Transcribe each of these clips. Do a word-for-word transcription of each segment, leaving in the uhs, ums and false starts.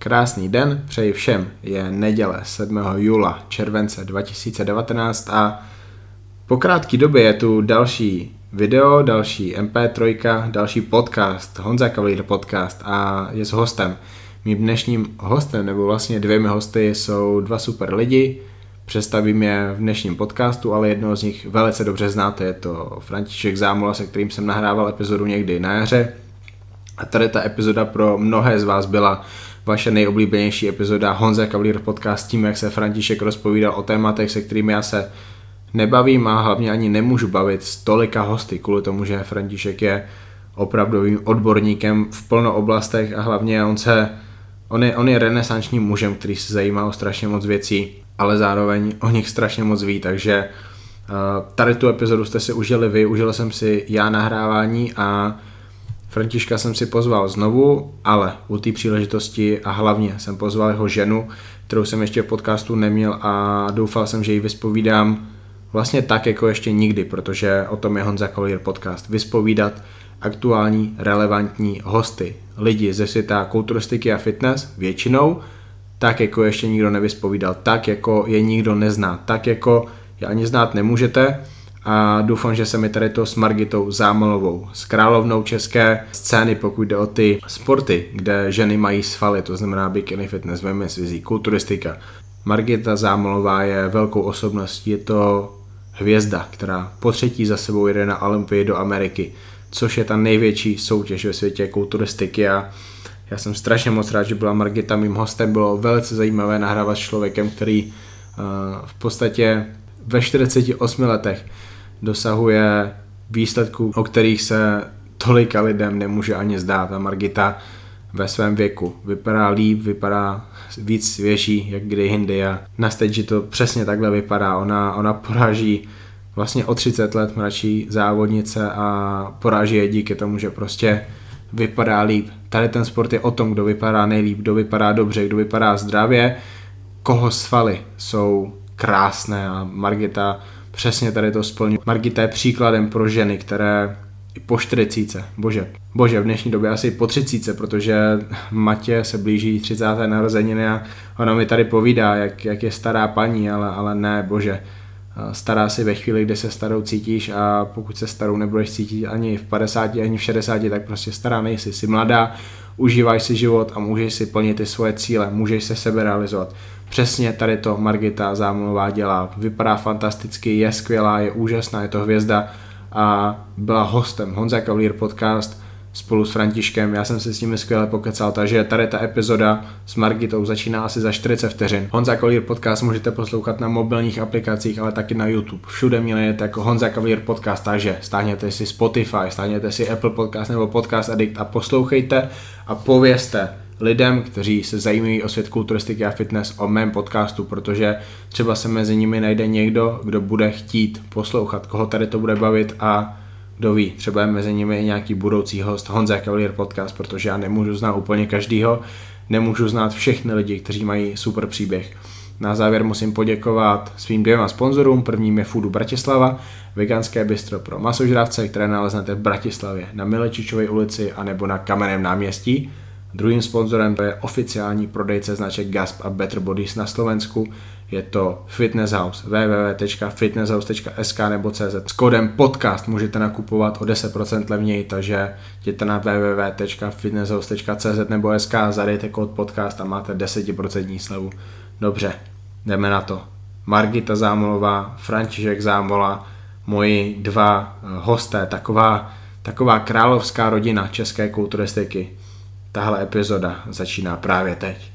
Krásný den přeji všem, je neděle sedmého júla července dva tisíce devatenáct a po krátké době je tu další video, další em pé tři, další podcast, Honza Kavalír podcast a je s hostem. Mým dnešním hostem, nebo vlastně dvěmi hosty, jsou dva super lidi, představím je v dnešním podcastu, ale jednoho z nich velice dobře znáte, je to František Zámola, se kterým jsem nahrával epizodu někdy na jaře. A tady ta epizoda pro mnohé z vás byla vaše nejoblíbenější epizoda Honza Kavalír podcast, tím, jak se František rozpovídal o tématech, se kterými já se nebavím a hlavně ani nemůžu bavit s tolika hosty, kvůli tomu, že František je opravdovým odborníkem v plno oblastech a hlavně on se, on je, on je renesančním mužem, který se zajímá o strašně moc věcí, ale zároveň o nich strašně moc ví, takže tady tu epizodu jste si užili vy, užil jsem si já nahrávání a Františka jsem si pozval znovu, ale u té příležitosti a hlavně jsem pozval jeho ženu, kterou jsem ještě v podcastu neměl a doufal jsem, že ji vyspovídám vlastně tak, jako ještě nikdy, protože o tom je Honza Kavalír podcast. Vyspovídat aktuální, relevantní hosty, lidi ze světa kulturistiky a fitness většinou, tak, jako ještě nikdo nevyspovídal, tak, jako je nikdo nezná, tak, jako je ani znát nemůžete. A doufám, že se mi tady to s Margitou Zámolovou, s královnou české scény, pokud jde o ty sporty, kde ženy mají svaly, to znamená bikini fitness, women's physique, kulturistika. Margita Zámolová je velkou osobností, je to hvězda, která po třetí za sebou jede na Olympii do Ameriky, což je ta největší soutěž ve světě kulturistiky a já jsem strašně moc rád, že byla Margita mým hostem, bylo velice zajímavé nahrávat s člověkem, který uh, v podstatě ve čtyřiceti osmi letech dosahuje výsledků, o kterých se tolika lidem nemůže ani zdát a Margita ve svém věku vypadá líp, vypadá víc svěží, jak kdy jindy a na stage to přesně takhle vypadá. Ona, ona poráží vlastně o třicet let mladší závodnice a poráží je díky tomu, že prostě vypadá líp. Tady ten sport je o tom, kdo vypadá nejlíp, kdo vypadá dobře, kdo vypadá zdravě, koho svaly jsou krásné a Margita přesně tady to splňuje. Margita je příkladem pro ženy, které i po čtyřicítce, bože, bože, v dnešní době asi po třicítce, protože Matě se blíží třicáté narozeniny a ona mi tady povídá, jak, jak je stará paní, ale, ale ne, bože, stará si ve chvíli, kdy se starou cítíš a pokud se starou nebudeš cítit ani v padesáti, ani v šedesáti, tak prostě stará nejsi, jsi mladá, užíváš si život a můžeš si plnit ty svoje cíle, můžeš se sebe realizovat. Přesně tady to Margita Zámolová dělá, vypadá fantasticky, je skvělá, je úžasná, je to hvězda a byla hostem Honza Kavalír podcast spolu s Františkem, já jsem si s nimi skvěle pokecal, takže tady ta epizoda s Margitou začíná asi za čtyřicet vteřin. Honza Kavalír podcast můžete poslouchat na mobilních aplikacích, ale taky na YouTube. Všude mě najdete jako Honza Kavalír podcast, takže stáhněte si Spotify, stáhněte si Apple podcast nebo Podcast Addict a poslouchejte a povězte lidem, kteří se zajímají o svět kulturistiky a fitness o mém podcastu, protože třeba se mezi nimi najde někdo, kdo bude chtít poslouchat, koho tady to bude bavit a kdo ví, třeba je mezi nimi nějaký budoucí host Honza Kavalír podcast, protože já nemůžu znát úplně každýho, nemůžu znát všechny lidi, kteří mají super příběh. Na závěr musím poděkovat svým dvěma sponzorům, prvním je Foodu Bratislava, veganské bistro pro masožravce, které naleznete v Bratislavě na Milečičově ulici a nebo na Kamenném náměstí. Druhým sponzorem je oficiální prodejce značek Gasp a Better Bodies na Slovensku. Je to Fitness House, w w w tečka fitness house tečka s k nebo cz. S kódem podcast můžete nakupovat o deset procent levněji, takže jděte na w w w tečka fitness house tečka cz nebo s k, zadejte kód podcast a máte deset procent slevu. Dobře, jdeme na to. Margita Zámolová, František Zámola, moji dva hosté, taková, taková královská rodina české kulturistiky. Tahle epizoda začíná právě teď.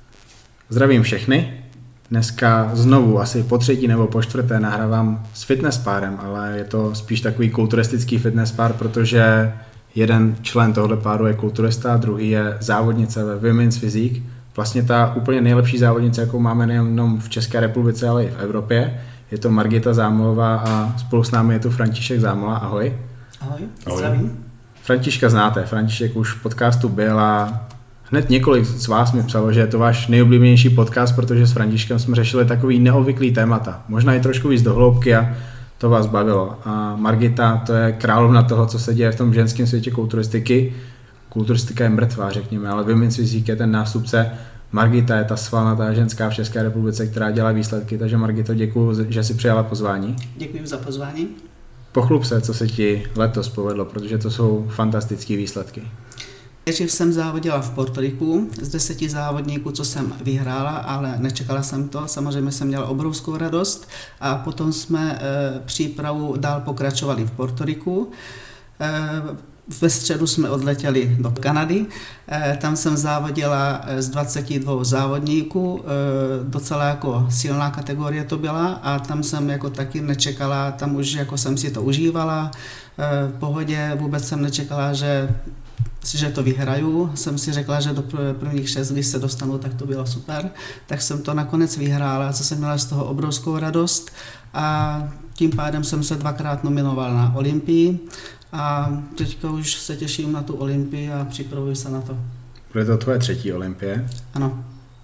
Zdravím všechny. Dneska znovu asi po třetí nebo po čtvrté nahrávám s fitness párem, ale je to spíš takový kulturistický fitness pár, protože jeden člen tohoto páru je kulturista, druhý je závodnice ve women's physique. Vlastně ta úplně nejlepší závodnice, jakou máme nejenom v České republice, ale i v Evropě. Je to Margita Zámolová a spolu s námi je tu František Zámola. Ahoj. Ahoj, zdravím. Františka znáte, František už v podcastu byl a hned několik z vás mi psalo, že je to váš nejoblíbenější podcast, protože s Františkem jsme řešili takový neobvyklý témata, možná i trošku víc do hloubky a to vás bavilo. A Margita, to je královna toho, co se děje v tom ženském světě kulturistiky. Kulturistika je mrtvá, řekněme, ale women's physique je ten nástupce Margita je ta svalnatá ženská v České republice, která dělá výsledky, takže Margito, děkuji, že jsi přijala pozvání. Děkuji za pozvání. Pochlup se, co se ti letos povedlo, protože to jsou fantastické výsledky. Nejdřív jsem závodila v Portoriku z deseti závodníků, co jsem vyhrála, ale nečekala jsem to. Samozřejmě jsem měla obrovskou radost a potom jsme e, přípravu dál pokračovali v Portoriku. E, ve středu jsme odletěli do Kanady, e, tam jsem závodila z dvaceti dvou závodníků, e, docela jako silná kategorie to byla a tam jsem jako taky nečekala, tam už jako jsem si to užívala, e, v pohodě vůbec jsem nečekala, že že to vyhraju, jsem si řekla, že do prvních šest, když se dostanu, tak to bylo super, tak jsem to nakonec vyhrála, co jsem měla z toho obrovskou radost a tím pádem jsem se dvakrát nominoval na Olympii a teďka už se těším na tu Olympii a připravuji se na to. Bude to tvoje třetí Olympie? Ano.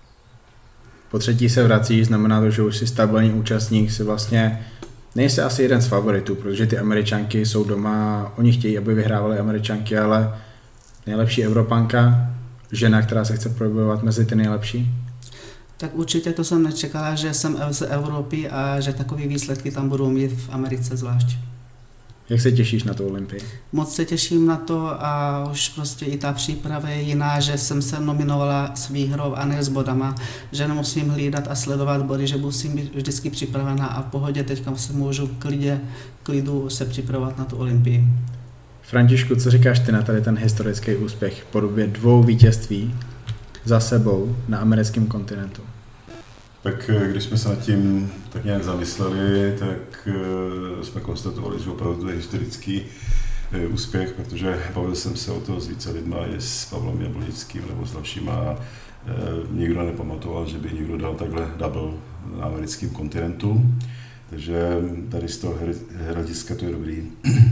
Po třetí se vracíš, znamená to, že už jsi stabilní účastník, si vlastně nejsi asi jeden z favoritů, protože ty Američanky jsou doma, oni chtějí, aby vyhrávali Američanky, ale nejlepší Evropanka, žena, která se chce probojovat mezi ty nejlepší? Tak určitě to jsem nečekala, že jsem z Evropy a že takové výsledky tam budou mít v Americe zvlášť. Jak se těšíš na tu Olympii? Moc se těším na to a už prostě i ta příprava je jiná, že jsem se nominovala s výhrou a ne s bodama, že nemusím hlídat a sledovat body, že musím být vždycky připravená a v pohodě teďka se můžu v klidě, klidu se připravovat na tu Olympii. Františku, co říkáš ty na tady ten historický úspěch v podobě dvou vítězství za sebou na americkém kontinentu? Tak když jsme se nad tím tak nějak zamysleli, tak jsme konstatovali, že opravdu to je historický úspěch, protože bavil jsem se o to s více lidma, i s Pavlem Jablonickým nebo s dalšíma a nikdo nepamatoval, že by někdo dal takhle double na americkém kontinentu, takže tady z toho hlediska to je dobrý.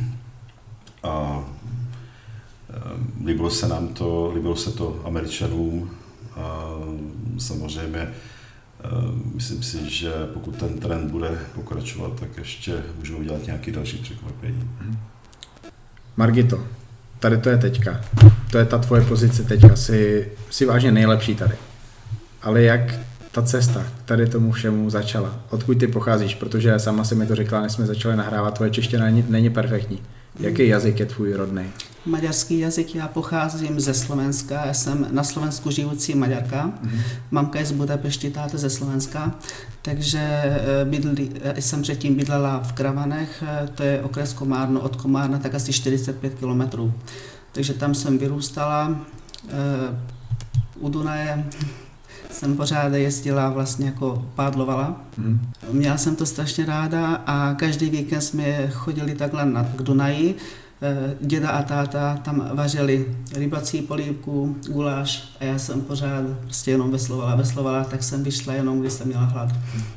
A líbilo se nám to, líbilo se to Američanům a samozřejmě myslím si, že pokud ten trend bude pokračovat, tak ještě můžeme udělat nějaký další překvapení. Margito, tady to je teďka, to je ta tvoje pozice teďka, jsi, jsi vážně nejlepší tady, ale jak ta cesta tady tomu všemu začala? Odkud ty pocházíš? Protože sama si mi to řekla, než jsme začali nahrávat, tvoje čeština není, není perfektní. Jaký jazyk je tvůj rodný? Maďarský jazyk, já pocházím ze Slovenska, já jsem na Slovensku žijící Maďarka, mm-hmm. Mamka je z Budapešti, táta ze Slovenska, takže bydlí, jsem předtím bydlela v Kravanech, to je okres Komárno, od Komárna tak asi čtyřicet pět kilometrů. Takže tam jsem vyrůstala, u Dunaje jsem pořád jezdila, vlastně jako pádlovala. Mm. Měla jsem to strašně ráda a každý víkend jsme chodili takhle na, k Dunaji. Děda a táta tam vařili rybací polívku, guláš a já jsem pořád prostě jenom veslovala, veslovala, tak jsem vyšla jenom, když jsem měla hlad.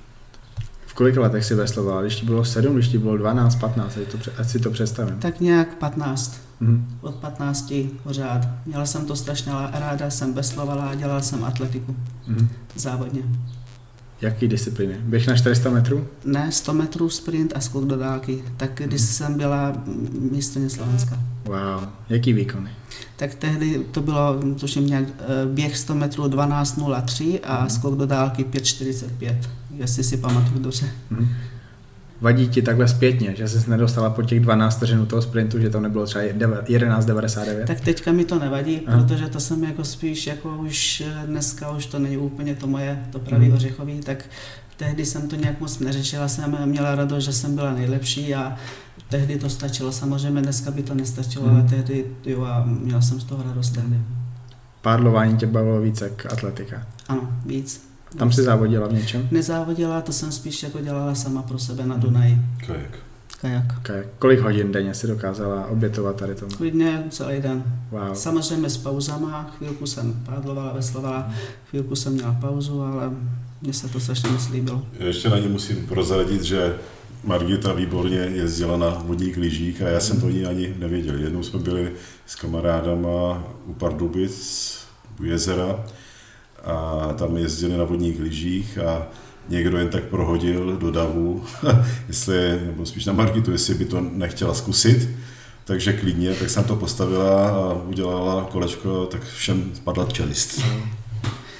V kolika letech si veslovala? Když ti bylo sedm, když ti bylo dvanáct, patnáct, ať si to představím. Tak nějak patnáct. Mm. Od patnácti pořád. Měla jsem to strašně ráda, jsem veslovala a dělala jsem atletiku. Mm. Závodně. Jaký disciplíny? Běh na čtyři sta metrů? Ne, sto metrů sprint a skok do dálky. Tak když mm. jsem byla mistryně Slovenska. Wow, jaký výkony? Tak tehdy to bylo, tuším nějak, běh sto metrů dvanáct nula tři a mm. skok do dálky pět čtyřicet pět, jestli si pamatuju dobře. Mm. Vadí ti takhle zpětně, že jsi nedostala po těch dvanáct vteřin toho sprintu, že to nebylo třeba jedenáct devadesát devět? Tak teďka mi to nevadí, Aha. protože to jsem jako spíš, jako už dneska už to není úplně to moje, to pravý hmm. ořechový, tak tehdy jsem to nějak moc neřešila, jsem měla radost, že jsem byla nejlepší a tehdy to stačilo, samozřejmě dneska by to nestačilo, hmm. ale tehdy jo a měla jsem z toho radost tehdy. Pádlování tě bavilo víc jak atletika? Ano, víc. Tam si závodila v něčem? Nezávodila, to jsem spíš jako dělala sama pro sebe na Dunaji. Kajak. Kajak. Kajak. Kolik hodin denně si dokázala obětovat tady tomu? Klidně celý den. Wow. Samozřejmě s pauzama, chvilku jsem pádlovala, veslovala, chvilku jsem měla pauzu, ale mně se to strašně moc líbilo. Ještě na ní musím prozradit, že Margita výborně jezdila na vodních lyžích a já jsem to ani nevěděl. Jednou jsme byli s kamarádama u Pardubic, u jezera, a tam jezdili na vodních lyžích a někdo jen tak prohodil do davu, jestli, nebo spíš na Margitu, jestli by to nechtěla zkusit, takže klidně, tak jsem to postavila a udělala kolečko, tak všem spadla čelist.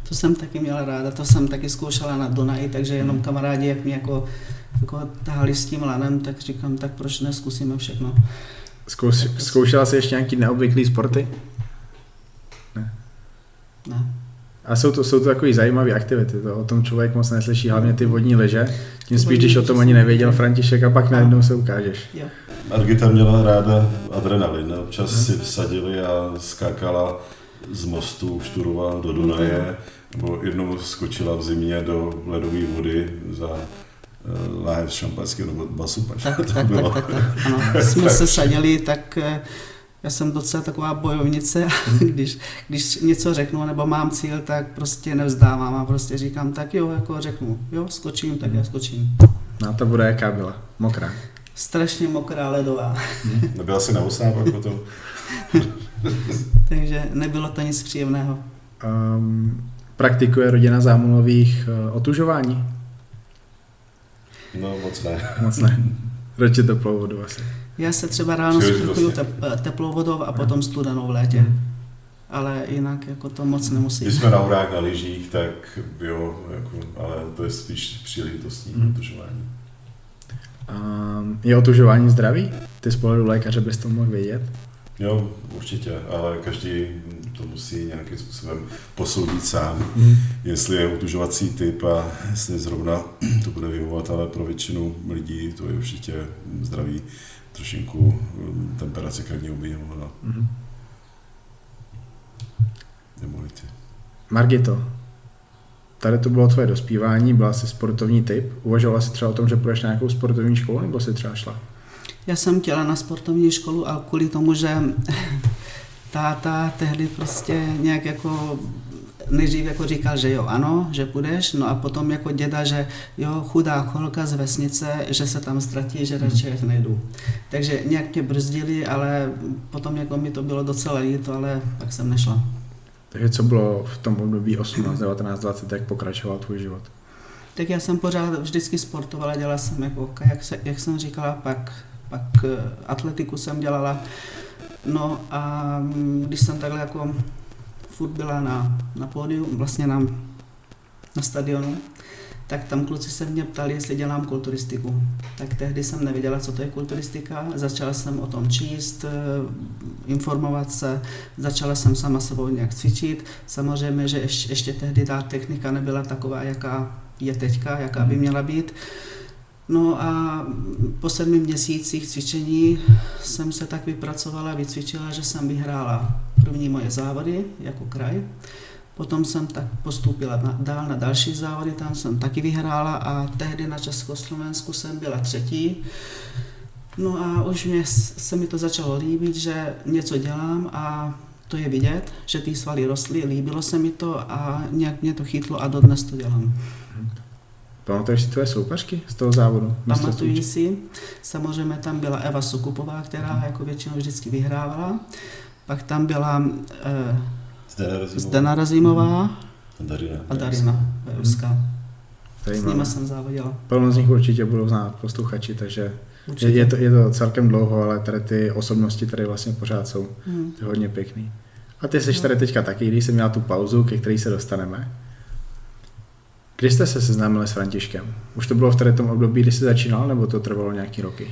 To jsem taky měla ráda, to jsem taky zkoušela na Dunaji, takže jenom kamarádi, jak mě jako, jako tahali s tím lanem, tak říkám, tak proč neskusíme všechno. Zkouš, zkoušela jsi ještě nějaký neobvyklý sporty? Ne. Ne. A jsou to, jsou to takový zajímavé aktivity, to o tom člověk moc neslyší, hlavně ty vodní lyže, tím spíš, když o tom ani nevěděl František a pak najednou se ukážeš. Jo. Margita měla ráda adrenalin, občas si vsadili a skákala z mostu Šturova do Dunaje, nebo jednou skočila v zimě do ledové vody za láhev šampaňského nebo basupač. Tak, tak, tak, tak, tak, ano. Jsme se sadili, tak já jsem docela taková bojovnice a když, když něco řeknu nebo mám cíl, tak prostě nevzdávám a prostě říkám, tak jo, jako řeknu, jo, skočím, tak já skočím. No a ta voda jaká byla? Mokrá? Strašně mokrá, ledová. Nebyla si na osápak potom? Takže nebylo to nic příjemného. Um, praktikuje rodina Zámolových uh, otužování? No moc ne. Moc ne. Radši teplou vodu asi. Já se třeba ráno sprchuju tep, teplou vodou a potom studenou v létě. Ale jinak jako to moc nemusí. Když jsme na horách na lyžích, tak jo, jako, ale to je spíš příležitostní mm. otužování. Um, je otužování zdravý? Ty z pohledu lékaře bys to mohl vědět? Jo, určitě, ale každý to musí nějakým způsobem posoudit sám, mm. jestli je otužovací typ a jestli zrovna to bude vyhovovat, ale pro většinu lidí to je určitě zdravý, trošinku temperace krevního oběhu a mm. imunity. Margito, tady to bylo tvoje dospívání, byla jsi sportovní typ, uvažovala jsi třeba o tom, že půjdeš na nějakou sportovní školu, nebo jsi třeba šla? Já jsem chtěla na sportovní školu, ale kvůli tomu, že táta tehdy prostě nějak jako nejdřív jako říkal, že jo, ano, že půjdeš, no a potom jako děda, že jo, chudá holka z vesnice, že se tam ztratí, že radši nejdu. Takže nějak mě brzdili, ale potom jako mi to bylo docela líto, ale tak jsem nešla. Takže co bylo v tom období osmnáct, devatenáct, dvacet, jak pokračoval tvůj život? Tak já jsem pořád vždycky sportovala, dělala jsem jako, jak, se, jak jsem říkala, pak, pak atletiku jsem dělala. No a když jsem takhle jako furt byla na, na pódiu, vlastně na, na stadionu, tak tam kluci se mě ptali, jestli dělám kulturistiku. Tak tehdy jsem nevěděla, co to je kulturistika, začala jsem o tom číst, informovat se, začala jsem sama sebou nějak cvičit. Samozřejmě, že ještě, ještě tehdy ta technika nebyla taková, jaká je teďka, jaká by měla být. No a po sedmi měsících cvičení jsem se tak vypracovala, vycvičila, že jsem vyhrála první moje závody jako kraj. Potom jsem tak postoupila na, dál na další závody, tam jsem taky vyhrála a tehdy na Československu jsem byla třetí. No a už mě, se mi to začalo líbit, že něco dělám a to je vidět, že ty svaly rostly, líbilo se mi to a nějak mě to chytlo a dodnes to dělám. Pamatuješ si tvoje soupeřky z toho závodu? Pamatuji si, samozřejmě tam byla Eva Sukupová, která jako většinou vždycky vyhrávala. Pak tam byla eh, Zdena Razimová a Darina Ruská. S nimi jsem závodila. Plno z nich určitě budou znát posluchači, takže je, je, to, je to celkem dlouho, ale tady ty osobnosti tady vlastně pořád jsou. Hmm. To je hodně pěkný. A ty jsi tady teďka taky, když jsem měla tu pauzu, ke které se dostaneme. Kdy jste se seznámili s Františkem? Už to bylo v tady tom období, kdy jsi začínal, nebo to trvalo nějaký roky?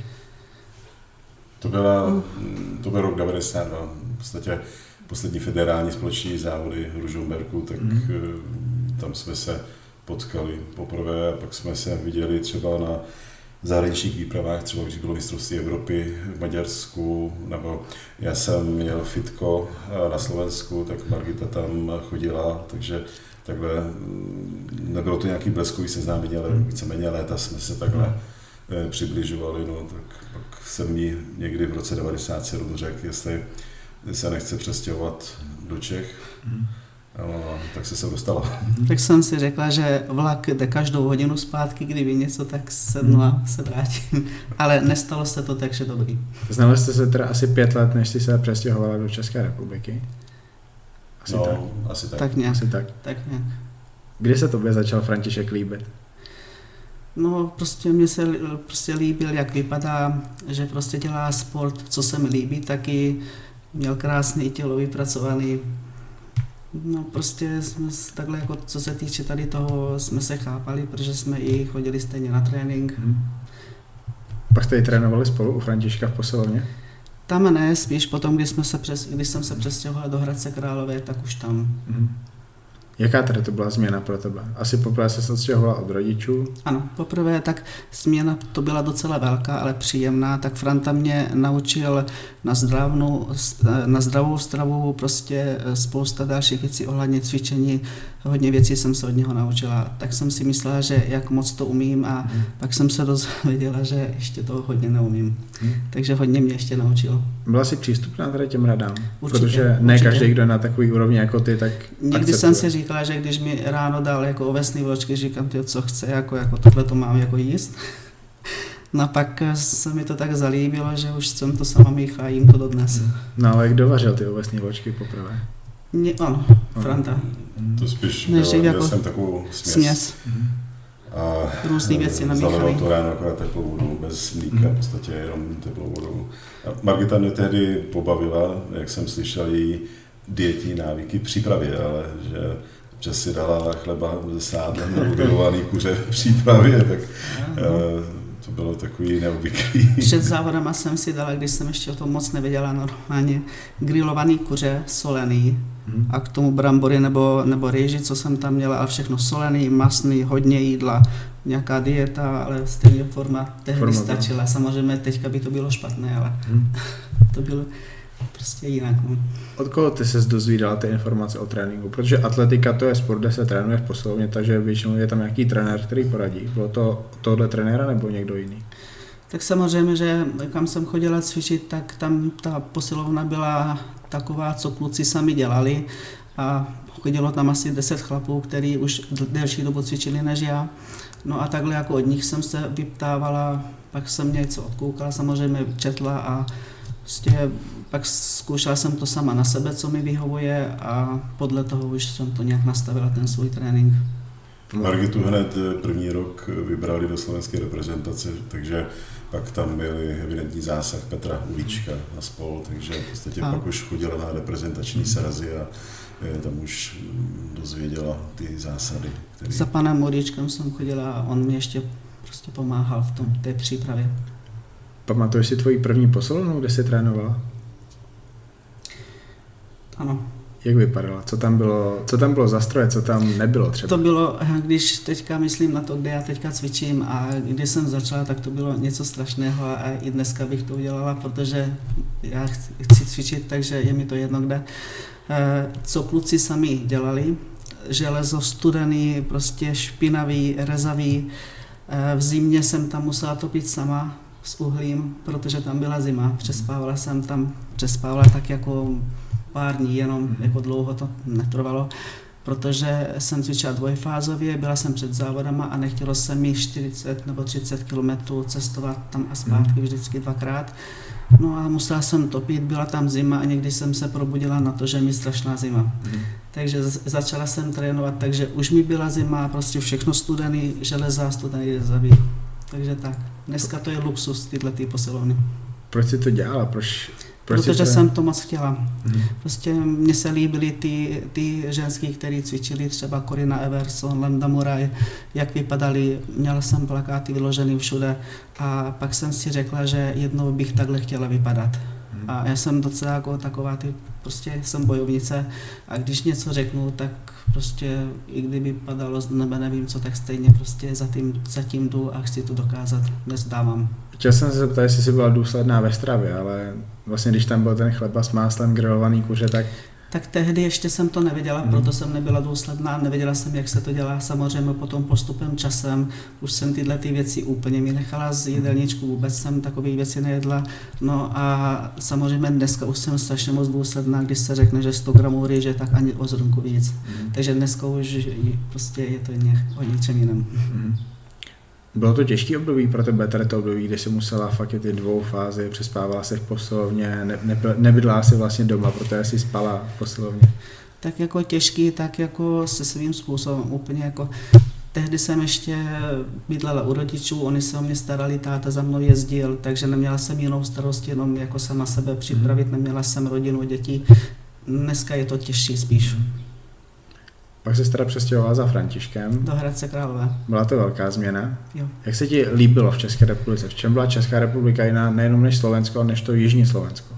To, byla, to byl rok devadesát dva. V podstatě poslední federální společní závody v Ružomberku, tak mm. tam jsme se potkali poprvé a pak jsme se viděli třeba na zahraničních výpravách, třeba když bylo mistrovství Evropy v Maďarsku, nebo já jsem měl fitko na Slovensku, tak Margita tam chodila, takže takhle nebylo to nějaký bleskový seznámení, ale víceméně léta jsme se takhle přibližovali, no, tak pak jsem mi někdy v roce devadesát sedm řekl, jestli se nechce přestěhovat do Čech, no, tak se sem dostala. Tak jsem si řekla, že vlak jde každou hodinu zpátky, kdyby něco, tak sednu a se vrátím, ale nestalo se to, takže dobrý. Znali jste se teda asi pět let, než jsi se přestěhovala do České republiky? Asi no, tak. asi tak. Tak nějak. Asi tak. tak nějak. Kdy se tobě začal František líbit? No, prostě mě se prostě líbil, jak vypadá, že prostě dělá sport, co se mi líbí, taky měl krásný tělo vypracovaný. No prostě jsme takhle, jako co se týče tady toho, jsme se chápali, protože jsme i chodili stejně na trénink. Hmm. Pak jste i trénovali spolu u Františka v posilovně? Tam ne, spíš potom, když, jsme se přes, když jsem se přestěhoval do Hradce Králové, tak už tam. Hmm. Jaká tedy to byla změna pro tebe? Asi poprvé se odstěhovala od rodičů? Ano, poprvé tak změna to byla docela velká, ale příjemná. Tak Franta mě naučil na, zdravnou, na zdravou stravu, prostě spousta dalších věcí ohledně cvičení. Hodně věcí jsem se od něho naučila. Tak jsem si myslela, že jak moc to umím a hmm. pak jsem se dozvěděla, že ještě toho hodně neumím. Hmm. Takže hodně mě ještě naučil. Byla jsi přístupná tady těm radám? Určitě, protože ne určitě. Každý, kdo je na takový úrovni jako ty, tak někdy akceptuje. Jsem si říkala, že když mi ráno dal jako ovesný vločky, říkám, ty, co chce, jako, jako tohle to mám jako jíst. No pak se mi to tak zalíbilo, že už jsem to sama míchla, jím to dodnes. No ale jak dovařil ty ovesný vločky poprvé? Mě, ano, Franta. To spíš měl, měl jako jsem takovou směs. směs. A různý věci namíchaný. Zalevil to ráno akorát teplou vodou, bez mlíka, v podstatě jenom teplou vodou. A Margita mě tehdy pobavila, jak jsem slyšel její dietní návyky přípravě, ale že občas si dala chleba se sádlem nebo grilovaný kuře v přípravě, tak uh, to bylo takový neobvyklý. Před závodama jsem si dala, když jsem ještě o tom moc nevěděla, normálně grilovaný kuře, solený, hmm. a k tomu brambory nebo, nebo rýži, co jsem tam měla, ale všechno solený, masný, hodně jídla, nějaká dieta, ale stejně forma tehdy forma stačila. To. Samozřejmě teďka by to bylo špatné, ale hmm. to bylo prostě jinak. No. Od koho ty ses dozvídala ty informace o tréninku? Protože atletika to je sport, kde se trénuje v posilovně, takže většinou je tam nějaký trenér, který poradí. Bylo to tohle trenéra nebo někdo jiný? Tak samozřejmě, že kam jsem chodila cvičit, tak tam ta posilovna byla taková, co kluci sami dělali a chodilo tam asi deset chlapů, kteří už delší dobu cvičili než já. No a takhle jako od nich jsem se vyptávala, pak jsem něco odkoukala, samozřejmě četla a prostě pak zkoušela jsem to sama na sebe, co mi vyhovuje a podle toho už jsem to nějak nastavila, ten svůj trénink. Margitu hned první rok vybrali do slovenské reprezentace, takže pak tam byl evidentní zásah Petra Ulíčka na spol, takže v podstatě a. pak už chodila na reprezentační srazy a tam už dozvěděla ty zásady. Který... Za panem Ulíčkem jsem chodila a on mi ještě prostě pomáhal v tom, té přípravě. Pamatuješ si tvoji první posilovnu, kde jsi trénovala? Ano. Jak vypadala? Co tam bylo, co tam bylo za stroje, co tam nebylo třeba? To bylo, když teďka myslím na to, kde já teďka cvičím a když jsem začala, tak to bylo něco strašného a i dneska bych to udělala, protože já chci cvičit, takže je mi to jedno kde. Co kluci sami dělali, železo studený, prostě špinavý, rezavý. V zimě jsem tam musela topit sama s uhlím, protože tam byla zima. Přespávala jsem tam, přespávala tak jako pár dní, jenom jako dlouho to netrvalo, protože jsem cvičila dvojfázově, byla jsem před závodama a nechtělo se mi čtyřicet nebo třicet kilometrů cestovat tam a zpátky vždycky dvakrát. No a musela jsem topit, byla tam zima a někdy jsem se probudila na to, že mi strašná zima. Mm. Takže začala jsem trénovat, takže už mi byla zima, prostě všechno studený, železa, studený rezavý. Takže tak, dneska to je luxus, tyhle ty posilovny. Proč jsi to dělala? Proč? Proč Protože to... jsem to moc chtěla. Hmm. Prostě mně se líbily ty, ty ženský, který cvičili, třeba Corina Everson, Landa Murray, jak vypadali, měla jsem plakáty vyložený všude a pak jsem si řekla, že jednou bych takhle chtěla vypadat. Hmm. A já jsem docela jako taková, ty, prostě jsem bojovnice a když něco řeknu, tak prostě i kdyby padalo z nebe, nevím co, tak stejně prostě za tím, za tím jdu a chci to dokázat, nezdávám. Chtěl jsem se zeptat, jestli jsi byla důsledná ve stravě, ale vlastně když tam byl ten chleba s máslem, grilovaný kuře, tak... Tak tehdy ještě jsem to nevěděla, hmm. proto jsem nebyla důsledná, nevěděla jsem, jak se to dělá, samozřejmě potom postupem časem, už jsem tyhle ty věci úplně mi nechala z jídelníčku, vůbec jsem takové věci nejedla, no a samozřejmě dneska už jsem strašně moc důsledná, když se řekne, že sto gramů rýže, tak ani o zrnku víc, hmm. takže dneska už prostě je to nějak o něčem jiném. Hmm. Bylo to těžký období pro tebe, tady to období, kdy jsi musela fakt ty dvou fázy, přespávala se v posilovně, ne, ne, nebydlela si vlastně doma, protože jsi spala v posilovně. Tak jako těžký, tak jako se svým způsobem, úplně jako, tehdy jsem ještě bydlela u rodičů, oni se o mě starali, táta za mnou jezdil, takže neměla jsem jinou starost, jenom jako sama sebe připravit, neměla jsem rodinu, děti, dneska je to těžší spíš. Pak se teda přestěhovala za Františkem. Do Hradce Králové. Byla to velká změna. Jo. Jak se ti líbilo v České republice? V čem byla Česká republika jiná nejenom než Slovensko, ale než to jižní Slovensko?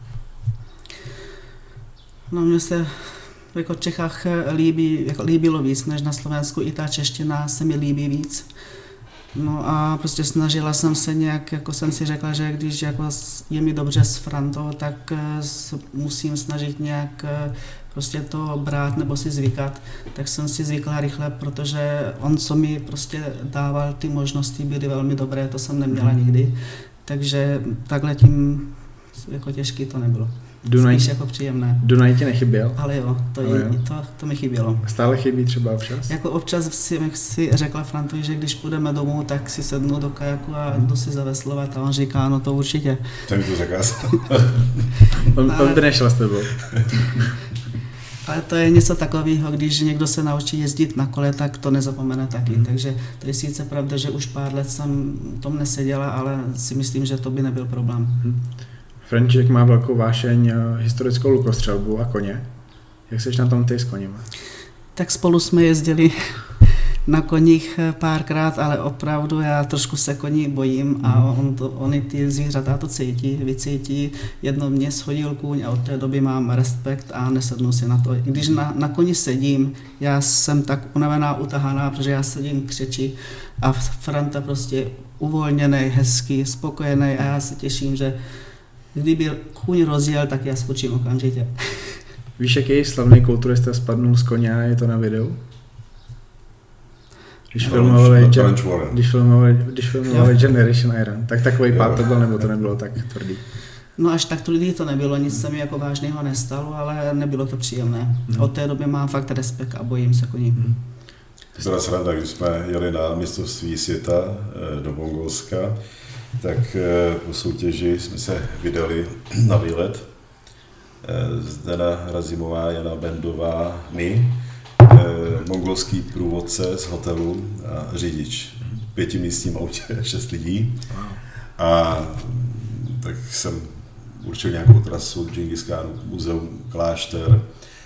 No mně se jako v Čechách líbí, jako líbilo víc než na Slovensku, i ta čeština se mi líbí víc. No a prostě snažila jsem se nějak, jako jsem si řekla, že když jako je mi dobře s Frantou, tak musím snažit nějak prostě to brát nebo si zvykat. Tak jsem si zvykla rychle, protože on, co mi prostě dával, ty možnosti byly velmi dobré, to jsem neměla nikdy. Takže takhle tím jako těžký to nebylo. Dunaj, spíš jako příjemné. Dunaj ti nechyběl? Ale jo, to, Ale je, jo. To, to mi chybělo. Stále chybí třeba občas? Jako občas si, jak si řekla Frantovi, že když půjdeme domů, tak si sednu do kajaku a jdu si zaveslovat a on říká, no to určitě. Tak to zakaz. on, on by nešel s tebou. Ale to je něco takového, když někdo se naučí jezdit na kole, tak to nezapomene taky. Hmm. Takže to je sice pravda, že už pár let jsem tom neseděla, ale si myslím, že to by nebyl problém. Hmm. František má velkou vášeň historickou lukostřelbu a koně. Jak seš na tom ty s koněma? Tak spolu jsme jezdili na koních párkrát, ale opravdu já trošku se koní bojím a on to, oni ty zvířata to cítí, vycítí. Jedno mě shodil kůň a od té doby mám respekt a nesednu si na to. Když na, na koni sedím, já jsem tak unavená, utahaná, protože já sedím křeči a Franta prostě uvolněný, hezký, spokojený a já se těším, že kdyby kůň rozjel, tak já skočím okamžitě. Víš, jaký slavný kulturista spadnul z koně a je to na videu? Když filmovali, když filmovali, když filmovali Generation Iron, tak takový pád to byl, nebo to nebylo tak tvrdý? No až tak tvrdý to nebylo, nic se mi jako vážného nestalo, ale nebylo to příjemné. Hmm. Od té doby mám fakt respekt a bojím se koní. Hmm. To byla sranda, když jsme jeli na mistrovství světa do Mongolska, tak po soutěži jsme se vydali na výlet. Zdena Razimová, Jana Bendová, my, mongolský průvodce z hotelu a řidič. V pětimístním autě, šest lidí. A tak jsem určil nějakou trasu, Džingis Khan, muzeum, klášter,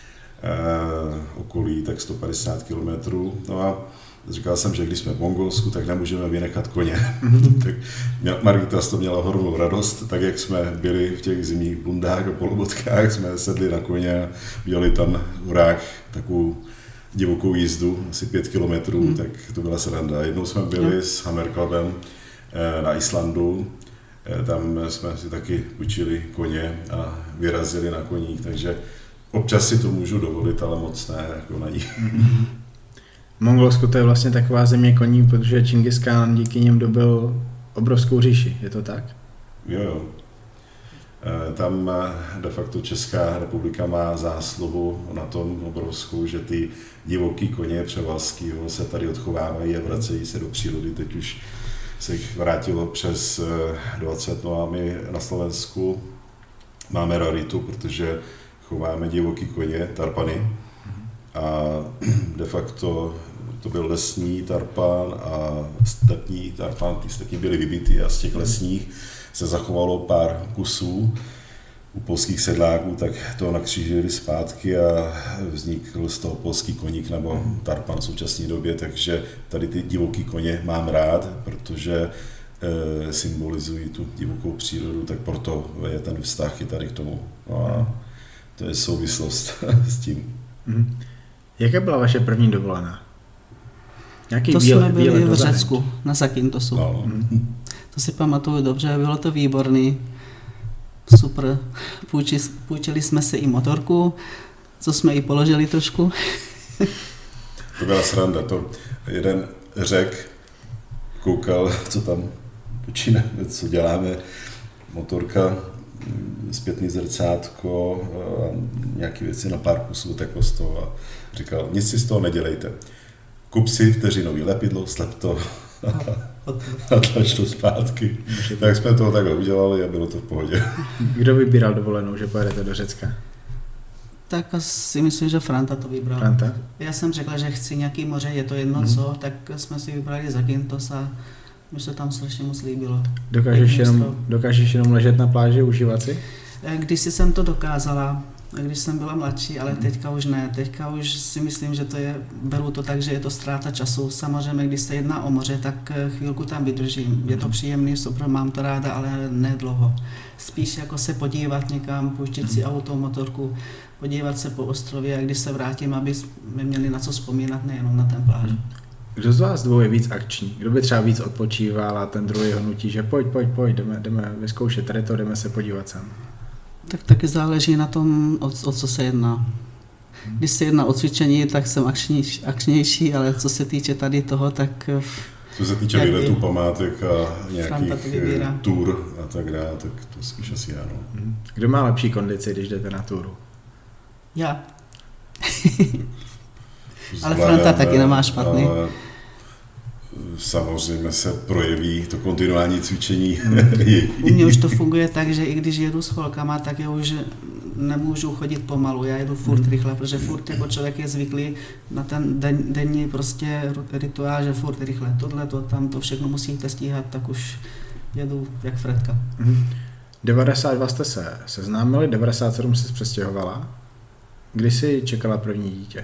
okolí tak sto padesát kilometrů. No a říkal jsem, že když jsme v Mongolsku, tak nemůžeme vynechat koně. Tak Margita z toho měla hornou radost, tak jak jsme byli v těch zimních bundách a polobotkách, jsme sedli na koně a jeli tam v horách takovou divokou jízdu, asi pět kilometrů, hmm. tak to byla sranda. Jednou jsme byli no. s Hammer Clubem na Islandu, tam jsme si taky půjčili koně a vyrazili na koních, takže občas si to můžu dovolit, ale moc ne, jako na ní. Mongolsko to je vlastně taková země koní, protože Džingis Khan díky něm dobil obrovskou říši, je to tak? Jo, jo. Tam de facto Česká republika má zásluhu na tom obrovskou, že ty divoký koně převalský se tady odchovávají a vracejí se do přírody. Teď už se jich vrátilo přes dvacet, no a my na Slovensku máme raritu, protože chováme divoký koně, tarpany. A de facto to byl lesní tarpan a statní tarpan, ty statní byly vybity a z těch lesních se zachovalo pár kusů u polských sedláků, tak to nakřížili zpátky a vznikl z toho polský koník nebo tarpan v současné době, takže tady ty divoký koně mám rád, protože e, symbolizují tu divokou přírodu, tak proto je ten vztah i tady k tomu. No a to je souvislost s tím. Mm. Jaká byla vaše první dovolená? Nějaký to výlet, jsme byli výlet v Řecku, na Zakyntosu. No. Mm. To si pamatuju dobře, bylo to výborný, super. Půjči, půjčili jsme si i motorku, co jsme i položili trošku. To byla sranda, to jeden Řek koukal, co tam počínáme, co děláme, motorka, zpětný zrcátko, nějaké věci na pár kusů, takhle z toho a říkal, nic si z toho nedělejte. Kup si vteřinový lepidlo, slep to a tlač to zpátky. Tak jsme toho takhle udělali a bylo to v pohodě. Kdo vybíral dovolenou, že pojedete do Řecka? Tak si myslím, že Franta to vybral. Franta? Já jsem řekla, že chci nějaký moře, je to jedno hmm. co, tak jsme si vybrali Zakyntos a mi se tam strašně moc líbilo. Dokážeš jenom, dokážeš jenom ležet na pláži, užívat si? Když jsem to dokázala, když jsem byla mladší, ale teďka už ne. Teďka už si myslím, že to je, beru to tak, že je to ztráta času. Samozřejmě, když se jedná o moře, tak chvilku tam vydržím. Je to příjemný, super, mám to ráda, ale ne dlouho. Spíš jako se podívat někam, pouštět si auto, motorku, podívat se po ostrově a když se vrátím, aby jsme měli na co vzpomínat, nejenom na ten pláž. Kdo z vás dvou je víc akční? Kdo by třeba víc odpočíval a ten druhý ho nutí, že pojď, pojď, pojď, jdeme, jdeme vyzkoušet tady to, jdeme se podívat sem? Tak taky záleží na tom, o, o co se jedná. Když se jedná o cvičení, tak jsem akčnější, akčnější, ale co se týče tady toho, tak... Co se týče výletů, památek a nějakých tur a tak dále, tak to spíš asi já. No. Kdo má lepší kondici, když jdete na túru? Já. Ale Franta taky nemá špatný. Ale samozřejmě se projeví to kontinuální cvičení. U mě už to funguje tak, že i když jedu s holkama, tak já už nemůžu chodit pomalu, já jedu furt rychle, protože furt jako člověk je zvyklý na ten den, denní prostě rituál, že furt rychle, tohle, to, tam, to všechno musíte stíhat, tak už jedu jak Fredka. devadesát dva jste se seznámili, devadesát sedm se přestěhovala. Kdy jsi čekala první dítě?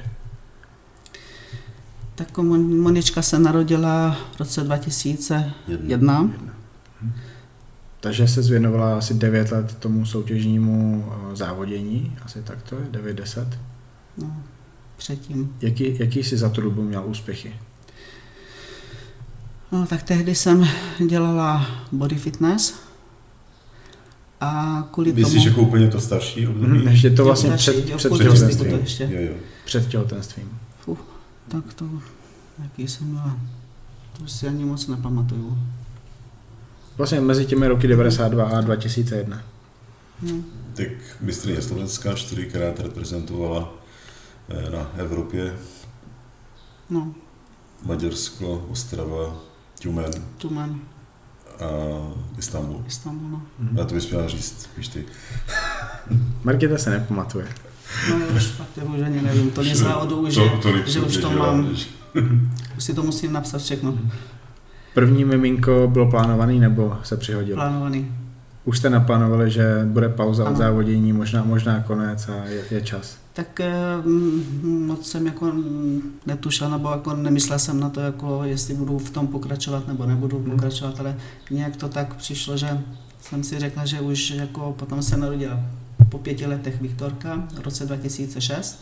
Tak Monička se narodila v roce dva tisíce jedna. Takže se zvěnovala asi devět let tomu soutěžnímu závodění, asi tak to je, devět deset. No, předtím. Jaký, jaký jsi za tu dobu měl úspěchy? No, tak tehdy jsem dělala body fitness a kvůli Myslíš, tomu... Myslíš, jako úplně to starší období? Mm, ještě to vlastně starší, před, jo, před těhotenstvím. těhotenstvím. Jo, jo. Před těhotenstvím. Fuh, tak to, jaký jsem měla, to si ani moc nepamatuju. Vlastně mezi těmi roky devadesát dva a dva tisíce jedna. No. Tak mistryně Slovenska čtyřikrát reprezentovala na Evropě. No. Maďarsko, Ostrava, Tumen. Tumen. A Istanbul. Istanbul, no. Mm-hmm. A to bys měla říct, víš ty. Markéta se nepamatuje. No už fakt, už ani nevím, to mě závodu, že, to, to že už to mám, už si to musím napsat všechno. První miminko bylo plánovaný nebo se přihodilo? Plánovaný. Už jste naplánovali, že bude pauza ano. od závodění, možná, možná konec a je, je čas. Tak moc jsem jako netušila, nebo jako nemyslela jsem na to, jako jestli budu v tom pokračovat nebo nebudu hmm. pokračovat, ale nějak to tak přišlo, že jsem si řekla, že už jako potom se narodila po pěti letech Viktorka v roce dva tisíce šest.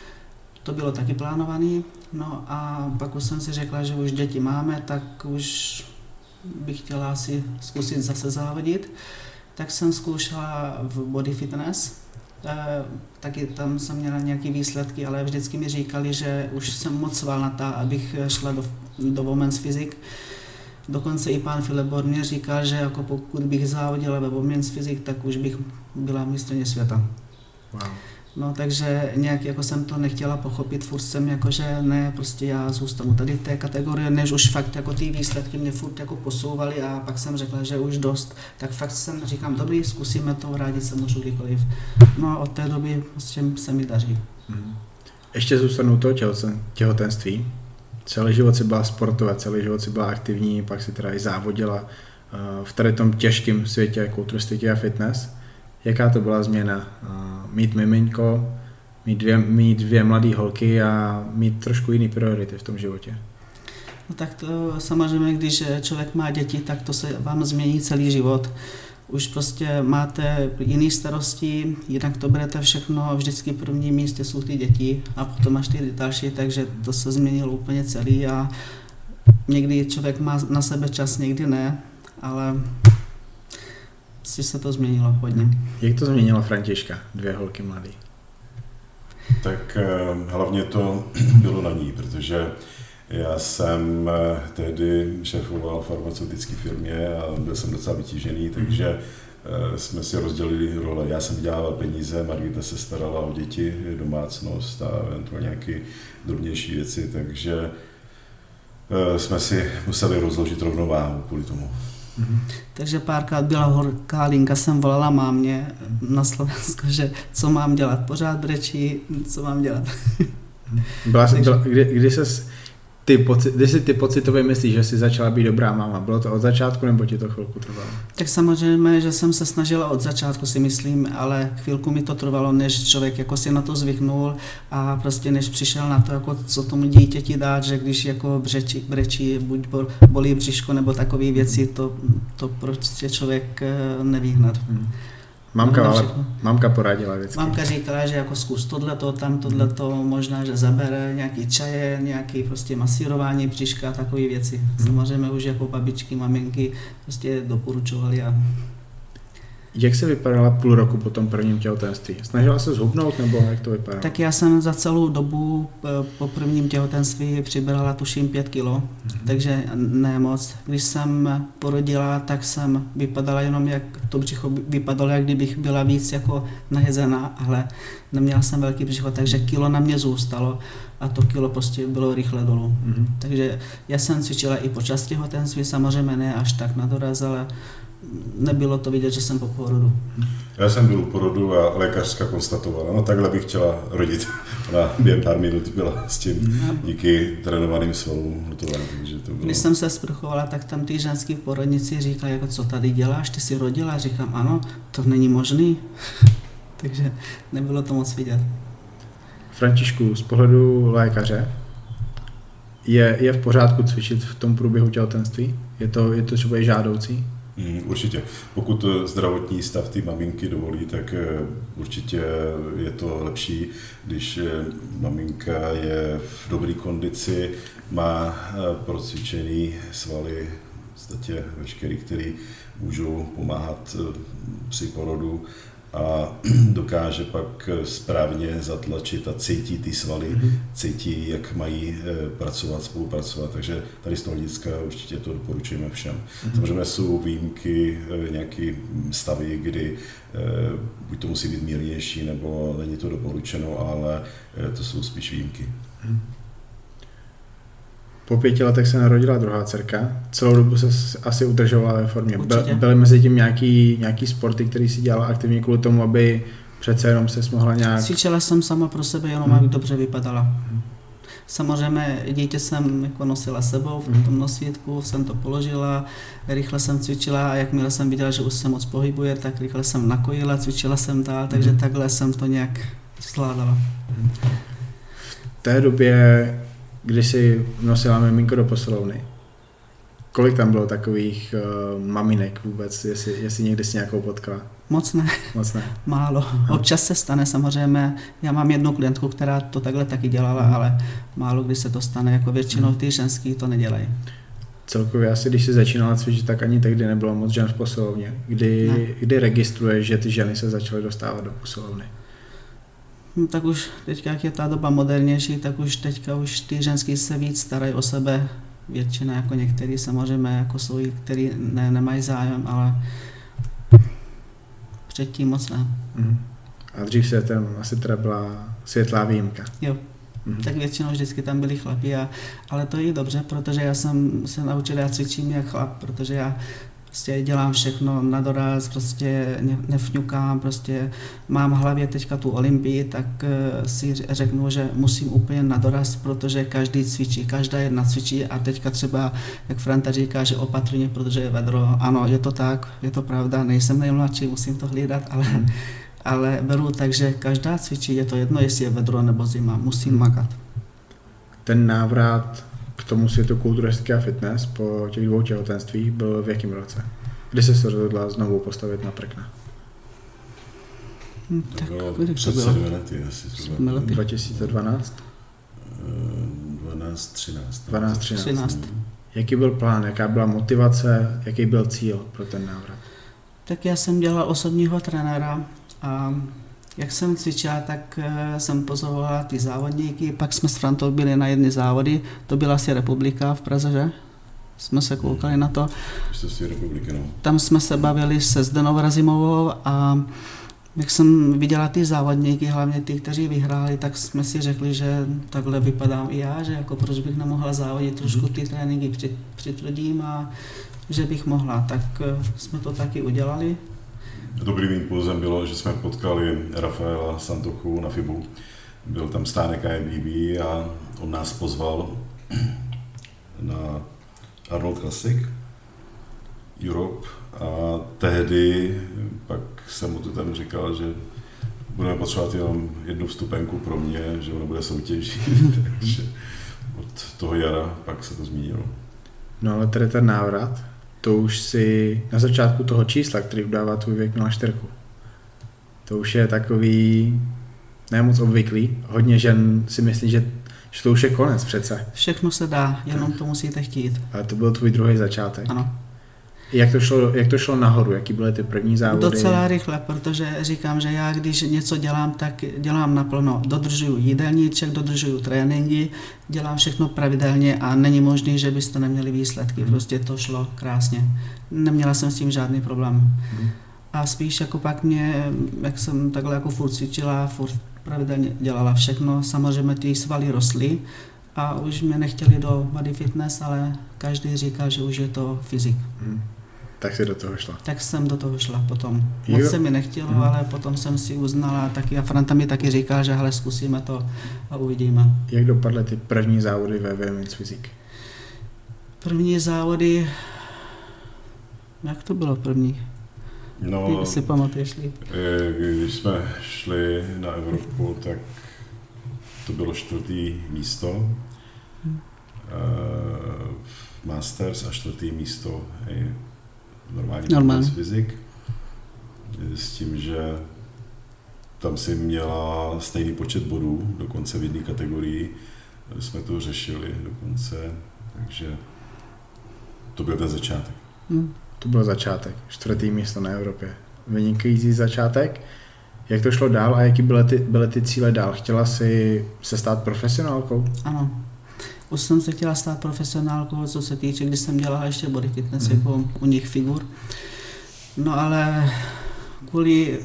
To bylo taky plánované, no a pak už jsem si řekla, že už děti máme, tak už bych chtěla asi zkusit zase závodit. Tak jsem zkoušela v body fitness, e, taky tam jsem měla nějaké výsledky, ale vždycky mi říkali, že už jsem moc svalnatá, abych šla do, do Women's Physique. Dokonce i pán Filip Borně říkal, že jako pokud bych závodila ve Women's Physique, tak už bych byla mistryně světa. Wow. No takže nějak jako jsem to nechtěla pochopit, furt jsem jako, že ne, prostě já zůstanu tady v té kategorii, než už fakt jako ty výsledky mě furt jako posouvaly a pak jsem řekla, že už dost, tak fakt jsem říkám, dobrý, zkusíme to, vrátit se můžu kdykoliv. No a od té doby prostě se mi daří. Hmm. Ještě zůstanu to těhotenství. Celý život si byla sportová, celý život si byla aktivní, pak si teda i závodila v tady tom těžkém světě kulturistiky a fitness. Jaká to byla změna? Mít miminko, mít dvě, mít dvě mladé holky a mít trošku jiný priority v tom životě? No tak to samozřejmě, když člověk má děti, tak to se vám změní celý život. Už prostě máte jiné starosti, jinak to berete všechno, vždycky v prvním místě jsou ty děti a potom až ty další, takže to se změnilo úplně celý a někdy člověk má na sebe čas, někdy ne, ale si se to změnilo hodně. Jak to změnilo Františka, dvě holky mladé? Tak hlavně to bylo na ní, protože já jsem tehdy šéfoval farmaceutické firmě a byl jsem docela vytížený, takže jsme si rozdělili role. Já jsem vydělával peníze, Margita se starala o děti, domácnost a eventuálně nějaké drobnější věci, takže jsme si museli rozložit rovnováhu kvůli tomu. Mm-hmm. Takže párkrát byla horká linka, jsem volala mámě na Slovensko, že co mám dělat, pořád brečí, co mám dělat. Byla, Takže... byla, kdy, kdy ses ty, poci- když si ty pocitově myslíš, že jsi začala být dobrá máma, bylo to od začátku nebo ti to chvilku trvalo? Tak samozřejmě, že jsem se snažila od začátku, si myslím, ale chvilku mi to trvalo, než člověk jako si na to zvyknul a prostě než přišel na to, jako co tomu dítěti dát, že když jako brečí, brečí buď bolí břiško nebo takové věci, to, to prostě člověk neví hned. Hmm. Mamka, ale, mamka poradila vždycky. Mamka říkala, že jako zkus tohleto, tam tohleto, možná, že zabere nějaký čaje, nějaký prostě masírování břiška, takové věci. Samozřejmě už jako babičky, maminky prostě doporučovali. A... Jak se vypadala půl roku po tom prvním těhotenství? Snažila se zhubnout nebo jak to vypadalo? Tak já jsem za celou dobu po prvním těhotenství přibrala tuším pět kilo, mm-hmm. takže ne moc. Když jsem porodila, tak jsem vypadala jenom jak, to břicho vypadalo, jak kdybych byla víc jako najezená, ale neměla jsem velký břicho, takže kilo na mě zůstalo a to kilo prostě bylo rychle dolů. Mm-hmm. Takže já jsem cvičila i počas těhotenství, samozřejmě ne až tak na doraz, ale nebylo to vidět, že jsem po porodu. Já jsem byl u porodu a lékařka konstatovala, no takhle bych chtěla rodit. Ona během pár minut byla s tím díky trénovaným svalům hotová. Takže to bylo... Když jsem se sprchovala, tak tam ty ženský porodnici říkali, jako co tady děláš, ty jsi rodila? Říkám, ano, to není možný. Takže nebylo to moc vidět. Františku, z pohledu lékaře, je, je v pořádku cvičit v tom průběhu těhotenství? Je to, je to třeba žádoucí? Mm, určitě. Pokud zdravotní stav té maminky dovolí, tak určitě je to lepší, když maminka je v dobré kondici, má procvičený svaly, v podstatě veškerý, který můžou pomáhat při porodu a dokáže pak správně zatlačit a cítí ty svaly, mm-hmm. cítí, jak mají pracovat, spolupracovat, takže tady z toho hlediska určitě to doporučujeme všem. Mm-hmm. Samozřejmě jsou výjimky, nějaké stavy, kdy buď to musí být mírnější, nebo není to doporučeno, ale to jsou spíš výjimky. Mm-hmm. Po pěti letech se narodila druhá dcerka, celou dobu se asi udržovala ve formě. Určitě. Byly mezi tím nějaký, nějaký sporty, který si dělala aktivně kvůli tomu, aby přece jenom se mohla nějak... Cvičila jsem sama pro sebe, jenom hmm. aby dobře vypadala. Hmm. Samozřejmě dítě jsem jako nosila sebou v tom nosítku, jsem to položila, rychle jsem cvičila a jakmile jsem viděla, že už se moc pohybuje, tak rychle jsem nakojila, cvičila jsem dál, takže hmm. takhle jsem to nějak zvládala. Hmm. V té době, když jsi nosila miminko do posilovny, kolik tam bylo takových uh, maminek vůbec, jestli, jestli někdy si nějakou potkala? Moc ne. Moc ne. Málo. Občas se stane samozřejmě. Já mám jednu klientku, která to takhle taky dělala, hmm. ale málo kdy se to stane. Jako většinou ty ženský to nedělají. Celkově asi, když jsi začínala cvičit, tak ani tehdy nebylo moc žen v posilovně. Kdy, kdy registruješ, že ty ženy se začaly dostávat do posilovny? No, tak už teďka, jak je ta doba modernější, tak už teďka už ty ženský se víc starají o sebe. Většina jako některý samozřejmě jako jsou, který ne, nemají zájem, ale předtím moc ne. Mm. A dřív se tam asi teda byla světlá výjimka. Jo, mm. tak většinou vždycky tam byli chlapi, a, ale to je dobře, protože já jsem se naučil, já cvičím jak chlap, protože já prostě dělám všechno na doraz, prostě nefňukám, prostě mám v hlavě teďka tu olympii, tak si řeknu, že musím úplně na doraz, protože každý cvičí, každá jedna cvičí a teďka třeba, jak Franta říká, že opatrně, protože je vedro, ano, je to tak, je to pravda, nejsem nejmladší, musím to hlídat, ale, ale beru tak, že každá cvičí, je to jedno, jestli je vedro nebo zima, musím makat. Ten návrat k tomu světu kulturistiky a fitness po těch dvou těhotenstvích byl v jakém roce? Kdy jsi se rozhodla znovu postavit na prkna? Hmm, tak kdy před sedmi lety asi. dva tisíce dvanáct? dvanáct třináct. dvanáct třináct. Jaký byl plán, jaká byla motivace, jaký byl cíl pro ten návrat? Tak já jsem dělal osobního trenéra a jak jsem cvičila, tak jsem pozorovala ty závodníky, pak jsme s Frantou byli na jedny závody, to byla asi republika v Praze, že? Jsme se koukali na to. Republiky, no. Tam jsme se bavili se Zdenou Razimovou a jak jsem viděla ty závodníky, hlavně ty, kteří vyhráli, tak jsme si řekli, že takhle vypadám i já, že jako proč bych nemohla závodit, trošku ty tréninky přitvrdím a že bych mohla, tak jsme to taky udělali. Dobrým impulzem bylo, že jsme potkali Rafaela Santochu na FIBu. Byl tam stánek I M B B a on nás pozval Arnold Classic Europe a tehdy pak jsem mu to tam říkal, že budeme potřebovat jenom jednu vstupenku pro mě, že ono bude soutěžit, takže od toho jara pak se to změnilo. No ale tady ten návrat, to už si na začátku toho čísla, který udává tvůj věk nula čtyři. To už je takový nemoc obvyklý. Hodně žen si myslí, že, že to už je konec přece. Všechno se dá, jenom to musíte chtít. Ale to byl tvůj druhý začátek. Ano. Jak to šlo, jak to šlo nahoru? Jaký byly ty první závody? Docela rychle, protože říkám, že já když něco dělám, tak dělám naplno. Dodržuju jídelníček, dodržuju tréninky, dělám všechno pravidelně a není možné, že byste neměli výsledky. Hmm. Prostě to šlo krásně. Neměla jsem s tím žádný problém. Hmm. A spíš jako pak mě, jak jsem takhle jako furt cvičila, furt pravidelně dělala všechno, samozřejmě ty svaly rostly a už mě nechtěli do body fitness, ale každý říkal, že už je to fyzik. Hmm. Tak si do toho šla. Tak jsem do toho šla potom. Moc Jo. se mi nechtělo, Hmm. ale potom jsem si uznala taky a Franta mi taky říkal, že hele, zkusíme to a uvidíme. Jak dopadly ty první závody ve Women's Physique? První závody, jak to bylo první? No, Ty si pamatuješ líp. když jsme šli na Evropu, tak to bylo čtvrtý místo. Hmm. Masters a čtvrtý místo hej, normální Normální. fyzik. S tím, že tam si měla stejný počet bodů, dokonce v jedné kategorii jsme to řešili dokonce, takže to byl ten začátek. Hmm. To byl začátek, čtvrtý místo na Evropě. Vynikající začátek. Jak to šlo dál a jaký byly ty, byly ty cíle dál? Chtěla jsi se stát profesionálkou? Ano. Už jsem se chtěla stát profesionálkou, co se týče, když jsem dělala ještě body fitness, Mhm. jako u nich figur. No ale kvůli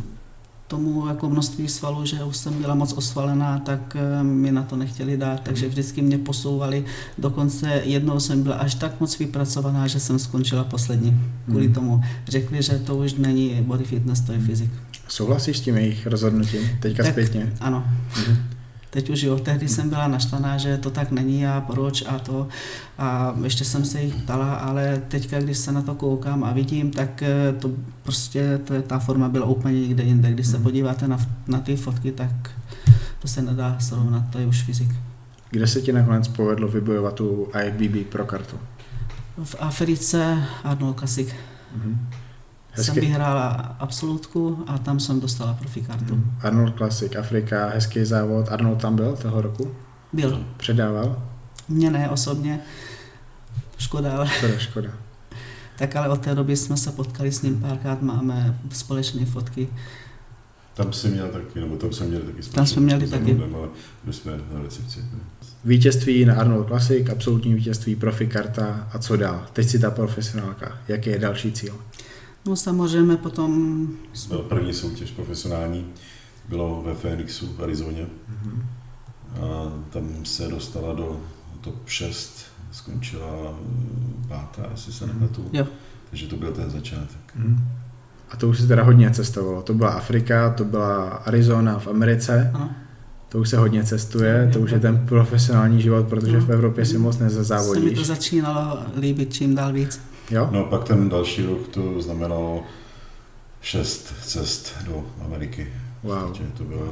tomu jako množství svalů, že už jsem byla moc osvalená, tak eh, mi na to nechtěli dát, takže vždycky mě posouvali. Dokonce jednou jsem byla až tak moc vypracovaná, že jsem skončila poslední. Kvůli Mhm. tomu řekli, že to už není body fitness, to je fyzik. Souhlasíš s tím jejich rozhodnutím? Teďka Tak- zpětně. Ano. Mhm. Teď už jo, tehdy jsem byla naštvaná, že to tak není a proč a to. A ještě jsem se jich ptala, ale teďka, když se na to koukám a vidím, tak eh, to prostě to je, ta forma byla úplně někde jinde. Když se Mhm. podíváte na, na ty fotky, tak to se nedá srovnat, to je už fyzik. Kde se ti nakonec povedlo vybojovat tu I F B B pro kartu? V Africe Arnold Classic Mhm. jsem Hezky. vyhrála absolutku a tam jsem dostala profikartu. Mhm. Arnold Classic, Afrika, hezký závod. Arnold tam byl toho roku? Byl. Předával? Mně ne osobně, škoda, ale Škoda, škoda. tak ale od té doby jsme se potkali s ním párkrát, máme společné fotky. Tam si měl taky, nebo tam jsme měli taky Tam jsme měli taky. Arnoldem, ale my jsme na recepci. Vítězství na Arnold Classic, absolutní vítězství, profi karta a co dál? Teď si ta profesionálka. Jaký je další cíl? No samozřejmě potom... Byl první soutěž profesionální, bylo ve Phoenixu v Arizoně. Mhm. A tam se dostala do top šest, skončila mm, pátá, jestli se nepletu. Jo. Takže to byl ten začátek. Mhm. A to už se teda hodně cestovalo. To byla Afrika, to byla Arizona v Americe. Ano. To už se hodně cestuje, to už je ten profesionální život, protože v Evropě si moc Se mi to nezazávodíš. začínalo líbit čím dál víc. Jo? No a pak ten další rok to znamenalo šest cest do Ameriky. Wow. Takže to byla,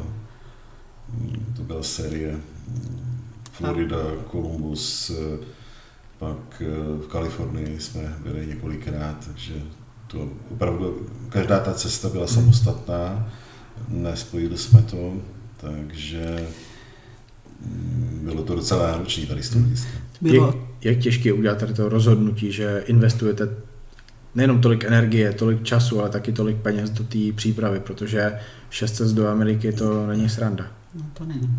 to byla série Florida, Columbus, pak v Kalifornii jsme byli několikrát, takže to opravdu, každá ta cesta byla samostatná, nespojili jsme to, takže bylo to docela náročné tady z toho hlediska. Bylo, Jak, jak těžké je udělat tady to rozhodnutí, že investujete nejenom tolik energie, tolik času, ale taky tolik peněz do té přípravy, protože šest cest do Ameriky to není sranda. no to není.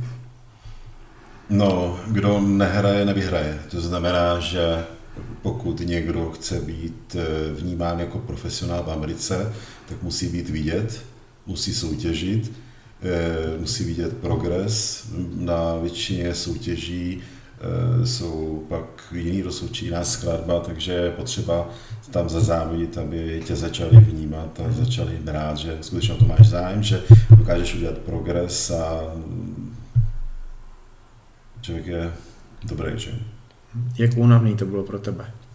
No, kdo nehraje, nevyhraje. To znamená, že pokud někdo chce být vnímán jako profesionál v Americe, tak musí být vidět, musí soutěžit, musí vidět progres. Na většině soutěží jsou pak jiný rozhodčí, jiná skladba, takže je potřeba tam zazávodit, aby tě začali vnímat a začali brát, že skutečně o to máš zájem, že dokážeš udělat progres a člověk je dobrý, že? Jak únavný to bylo pro tebe?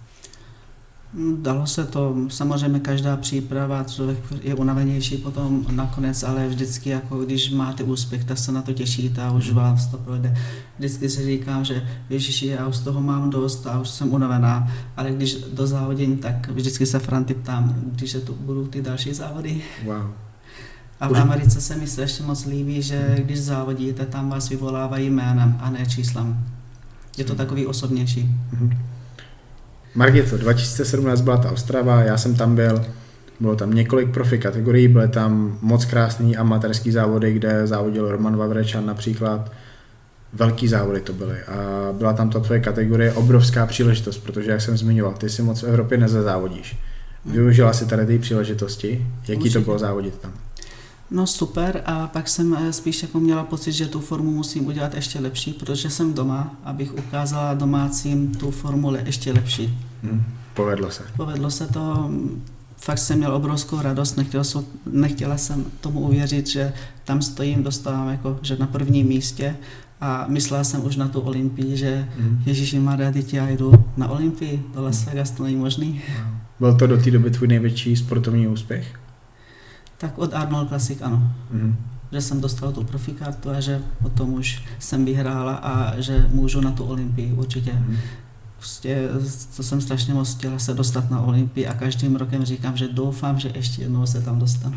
Dalo se to, samozřejmě každá příprava, člověk je unavenější potom nakonec, ale vždycky, jako když máte úspěch, tak se na to těšíte a už vás to projde. Vždycky si říkám, že ježiši, já už z toho mám dost a už jsem unavená, ale když do závodění, tak vždycky se Franty ptám, když to budou ty další závody. Wow. A v Americe se mi strašně moc líbí, že když závodíte, tam vás vyvolávají jménem a ne číslem. Je to takový osobnější. Mm-hmm. Margito, dva tisíce sedmnáct byla ta Ostrava, já jsem tam byl, bylo tam několik profi kategorií, byly tam moc krásný amatérský závody, kde závodil Roman Vavrečan například, velký závody to byly a byla tam ta tvoje kategorie obrovská příležitost, protože jak jsem zmiňoval, ty si moc v Evropě nezazávodíš. Využila si tady ty příležitosti, jaký Určitě. To bylo závodit tam? No super a pak jsem spíš jako měla pocit, že tu formu musím udělat ještě lepší, protože jsem doma, abych ukázala domácím tu formu ještě lepší. Hmm, povedlo se. Povedlo se to, fakt jsem měl obrovskou radost, nechtěla, jsem, nechtěla jsem tomu uvěřit, že tam stojím, dostávám jako, že na prvním místě a myslela jsem už na tu Olympii, že hmm. Ježíši Maria, teď já jdu na Olympii, do Las Vegas, to není možný. Byl to do té doby tvůj největší sportovní úspěch? Tak od Arnold Classic ano, mm-hmm. že jsem dostal tu profikartu a že potom už jsem vyhrála a že můžu na tu Olympii určitě. Mm-hmm. Prostě to jsem strašně moc chtěla se dostat na Olympii a každým rokem říkám, že doufám, že ještě jednou se tam dostanu.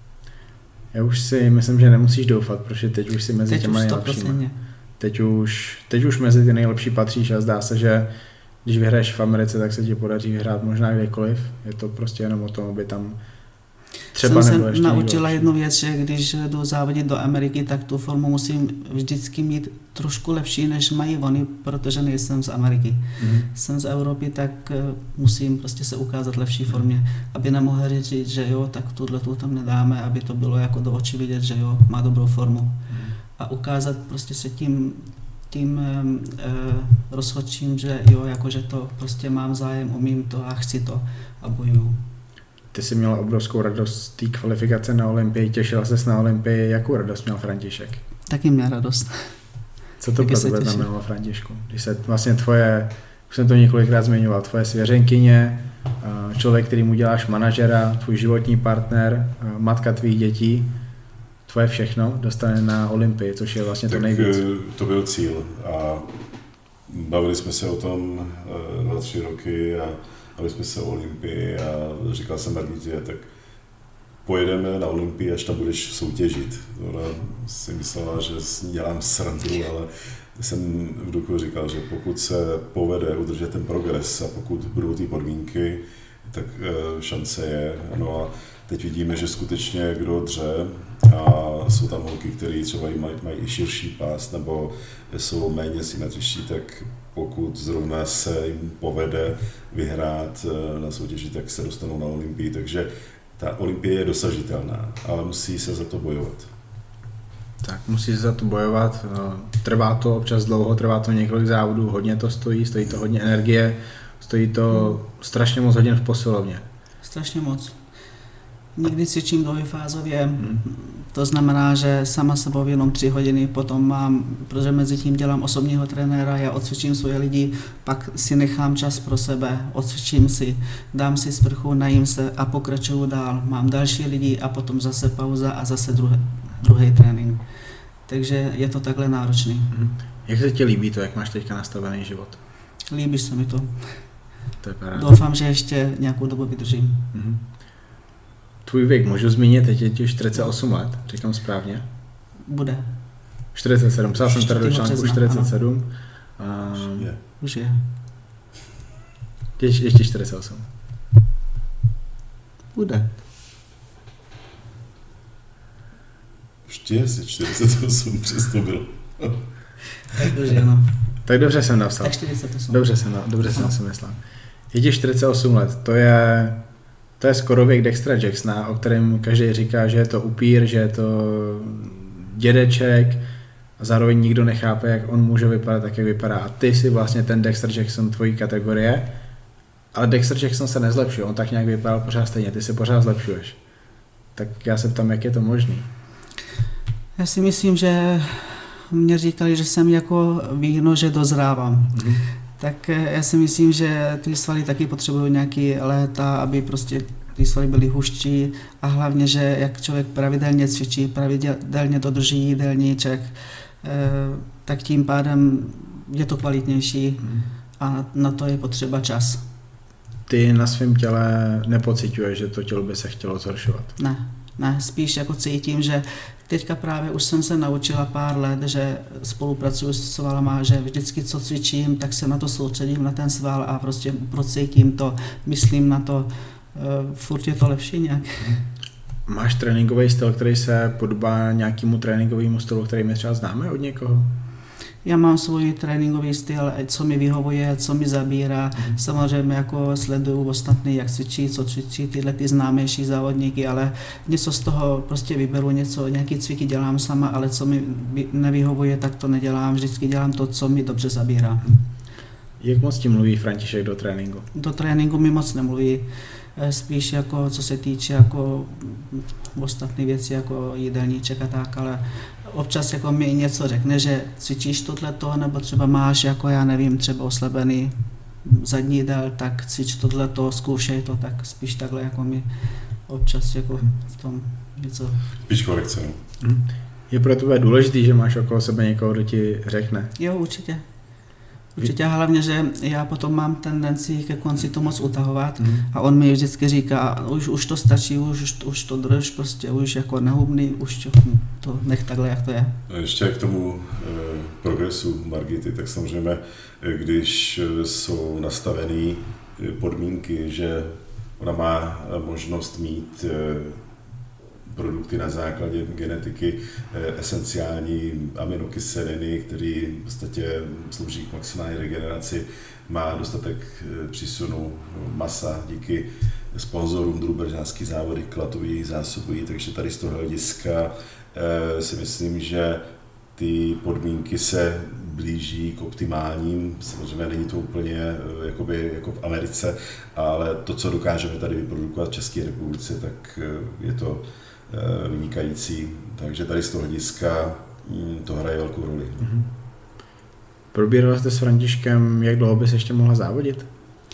Já už si myslím, že nemusíš doufat, protože teď už si mezi teď těma nejlepšími. Teď už, teď už mezi ty nejlepší patříš a zdá se, že když vyhraješ v Americe, tak se ti podaří vyhrát možná kdekoliv. Je to prostě jenom o tom, aby tam třeba jsem se naučila jednu věc, že když jdu závodit do Ameriky, tak tu formu musím vždycky mít trošku lepší, než mají oni, protože nejsem z Ameriky. Mm-hmm. Jsem z Evropy, tak musím prostě se ukázat v lepší formě, aby nemohli říct, že jo, tak tuhle tu tam nedáme, aby to bylo jako do očí vidět, že jo, má dobrou formu. Mm-hmm. A ukázat prostě se tím, tím e, rozhodčím, že jo, jakože to prostě mám zájem, umím to a chci to a bojuju. Ty jsi měla obrovskou radost z té kvalifikace na Olympii, těšila ses na Olympii, jakou radost měl František? Taky měl radost. Co to pro tebe znamenalo, Františku? Když se vlastně tvoje, už jsem to několikrát zmiňoval, tvoje svěřenkyně, člověk, který mu děláš manažera, tvůj životní partner, matka tvých dětí, tvoje všechno dostane na Olympii, což je vlastně tak to nejvíc. To byl cíl a bavili jsme se o tom dva, tři roky a bavili jsme se o Olympii a říkal jsem Margitě, tak pojedeme na Olympii, až tam budeš soutěžit. Ona si myslela, že s ní dělám srandu, ale jsem v duchu říkal, že pokud se povede udržet ten progres a pokud budou ty podmínky, tak šance je. No a teď vidíme, že skutečně kdo dře a jsou tam holky, které třeba mají, mají i širší pás nebo jsou méně symetričtí, tak pokud zrovna se jim povede vyhrát na soutěži, tak se dostanou na Olympii. Takže ta Olympie je dosažitelná, ale musí se za to bojovat. Tak musí se za to bojovat. Trvá to občas dlouho, trvá to několik závodů, hodně to stojí, stojí to hodně energie, stojí to hmm. strašně moc hodin v posilovně. Strašně moc. Někdy cvičím dvojfázově, hmm. to znamená, že sama sebou jenom tři hodiny, potom mám, protože mezi tím dělám osobního trenéra, já odcvičím svoje lidi, pak si nechám čas pro sebe, odcvičím si, dám si sprchu, najím se a pokračuju dál. Mám další lidi a potom zase pauza a zase druhý, druhý trénink. Takže je to takhle náročný. Hmm. Jak se ti líbí to, jak máš teďka nastavený život? Líbí se mi to. To je paráda. Doufám, že ještě nějakou dobu vydržím. Hmm. Tvůj věk můžu zmínit, teď je ti čtyřicet osm let, říkám správně? Bude. čtyřicet sedm, psal jsem tady do článku čtyřicet sedm. Um, je. Už je. Ještě, ještě čtyřicet osm. Bude. Ještě je čtyřicet osm, přesto byl. Tak už je, no. Tak dobře jsem napsal. Tak čtyřicet osm. Dobře jsem, dobře jsem si myslel. Je ti čtyřicet osm let, to je... To je skoro věk Dextera Jacksona, o kterém každý říká, že je to upír, že je to dědeček a zároveň nikdo nechápe, jak on může vypadat, tak jak vypadá. A ty jsi vlastně ten Dexter Jackson tvojí kategorie, ale Dexter Jackson se nezlepšuje, on tak nějak vypadal pořád stejně, ty se pořád zlepšuješ. Tak já se ptám, jak je to možný? Já si myslím, že mě říkali, že jsem jako víno, že dozrávám. Mm-hmm. tak já si myslím, že ty svaly taky potřebují nějaký léta, aby prostě ty svaly byly hustší a hlavně, že jak člověk pravidelně cvičí, pravidelně dodrží jídelníček, tak tím pádem je to kvalitnější a na to je potřeba čas. Ty na svém těle nepociťuješ, že to tělo by se chtělo zhoršovat? Ne, ne, spíš jako cítím, že teďka právě už jsem se naučila pár let, že spolupracuju s svalama, že vždycky co cvičím, tak se na to soustředím, na ten sval a prostě procítím to, myslím na to, furt je to lepší nějak. Máš tréninkový styl, který se podobá nějakému tréninkovému stylu, který my třeba známe od někoho? Já mám svůj tréninkový styl, co mi vyhovuje, co mi zabírá. Mm. Samozřejmě jako sleduju ostatní, jak cvičí, co cvičí tyhle ty známější závodníky, ale něco z toho prostě vyberu, něco, nějaký cviky dělám sama, ale co mi nevyhovuje, tak to nedělám. Vždycky dělám to, co mi dobře zabírá. Jak moc ti mluví František do tréninku? Do tréninku mi moc nemluví. Spíš jako co se týče jako ostatní věci, jako jídelníček a tak, ale občas jako mi něco řekne, že cvičíš tohleto, nebo třeba máš jako já nevím, třeba oslabený zadní del, tak cvič tohleto, zkoušej to, tak spíš takhle jako mi občas jako v tom něco. Spíš korekce. Je pro tebe důležitý, že máš okolo sebe někoho, kdo ti řekne? Jo, určitě. Určitě hlavně, že já potom mám tendenci ke konci to moc utahovat mm. a on mi vždycky říká, už, už to stačí, už, už, už to drž, prostě už jako nehubný, už to nech takhle, jak to je. Ještě k tomu eh, progresu Margity, tak samozřejmě, když jsou nastavené podmínky, že ona má možnost mít eh, produkty na základě genetiky, esenciální aminokyseliny, které v podstatě slouží k maximální regeneraci, má dostatek přísunu masa díky sponzorům drůbežářský závody, klatový zásobují, takže tady z toho hlediska si myslím, že ty podmínky se blíží k optimálním, samozřejmě není to úplně jakoby, jako v Americe, ale to, co dokážeme tady vyprodukovat v České republice, tak je to vynikající, takže tady z toho hlediska to hraje velkou roli. Mm-hmm. Probírala jste s Františkem, jak dlouho bys ještě mohla závodit?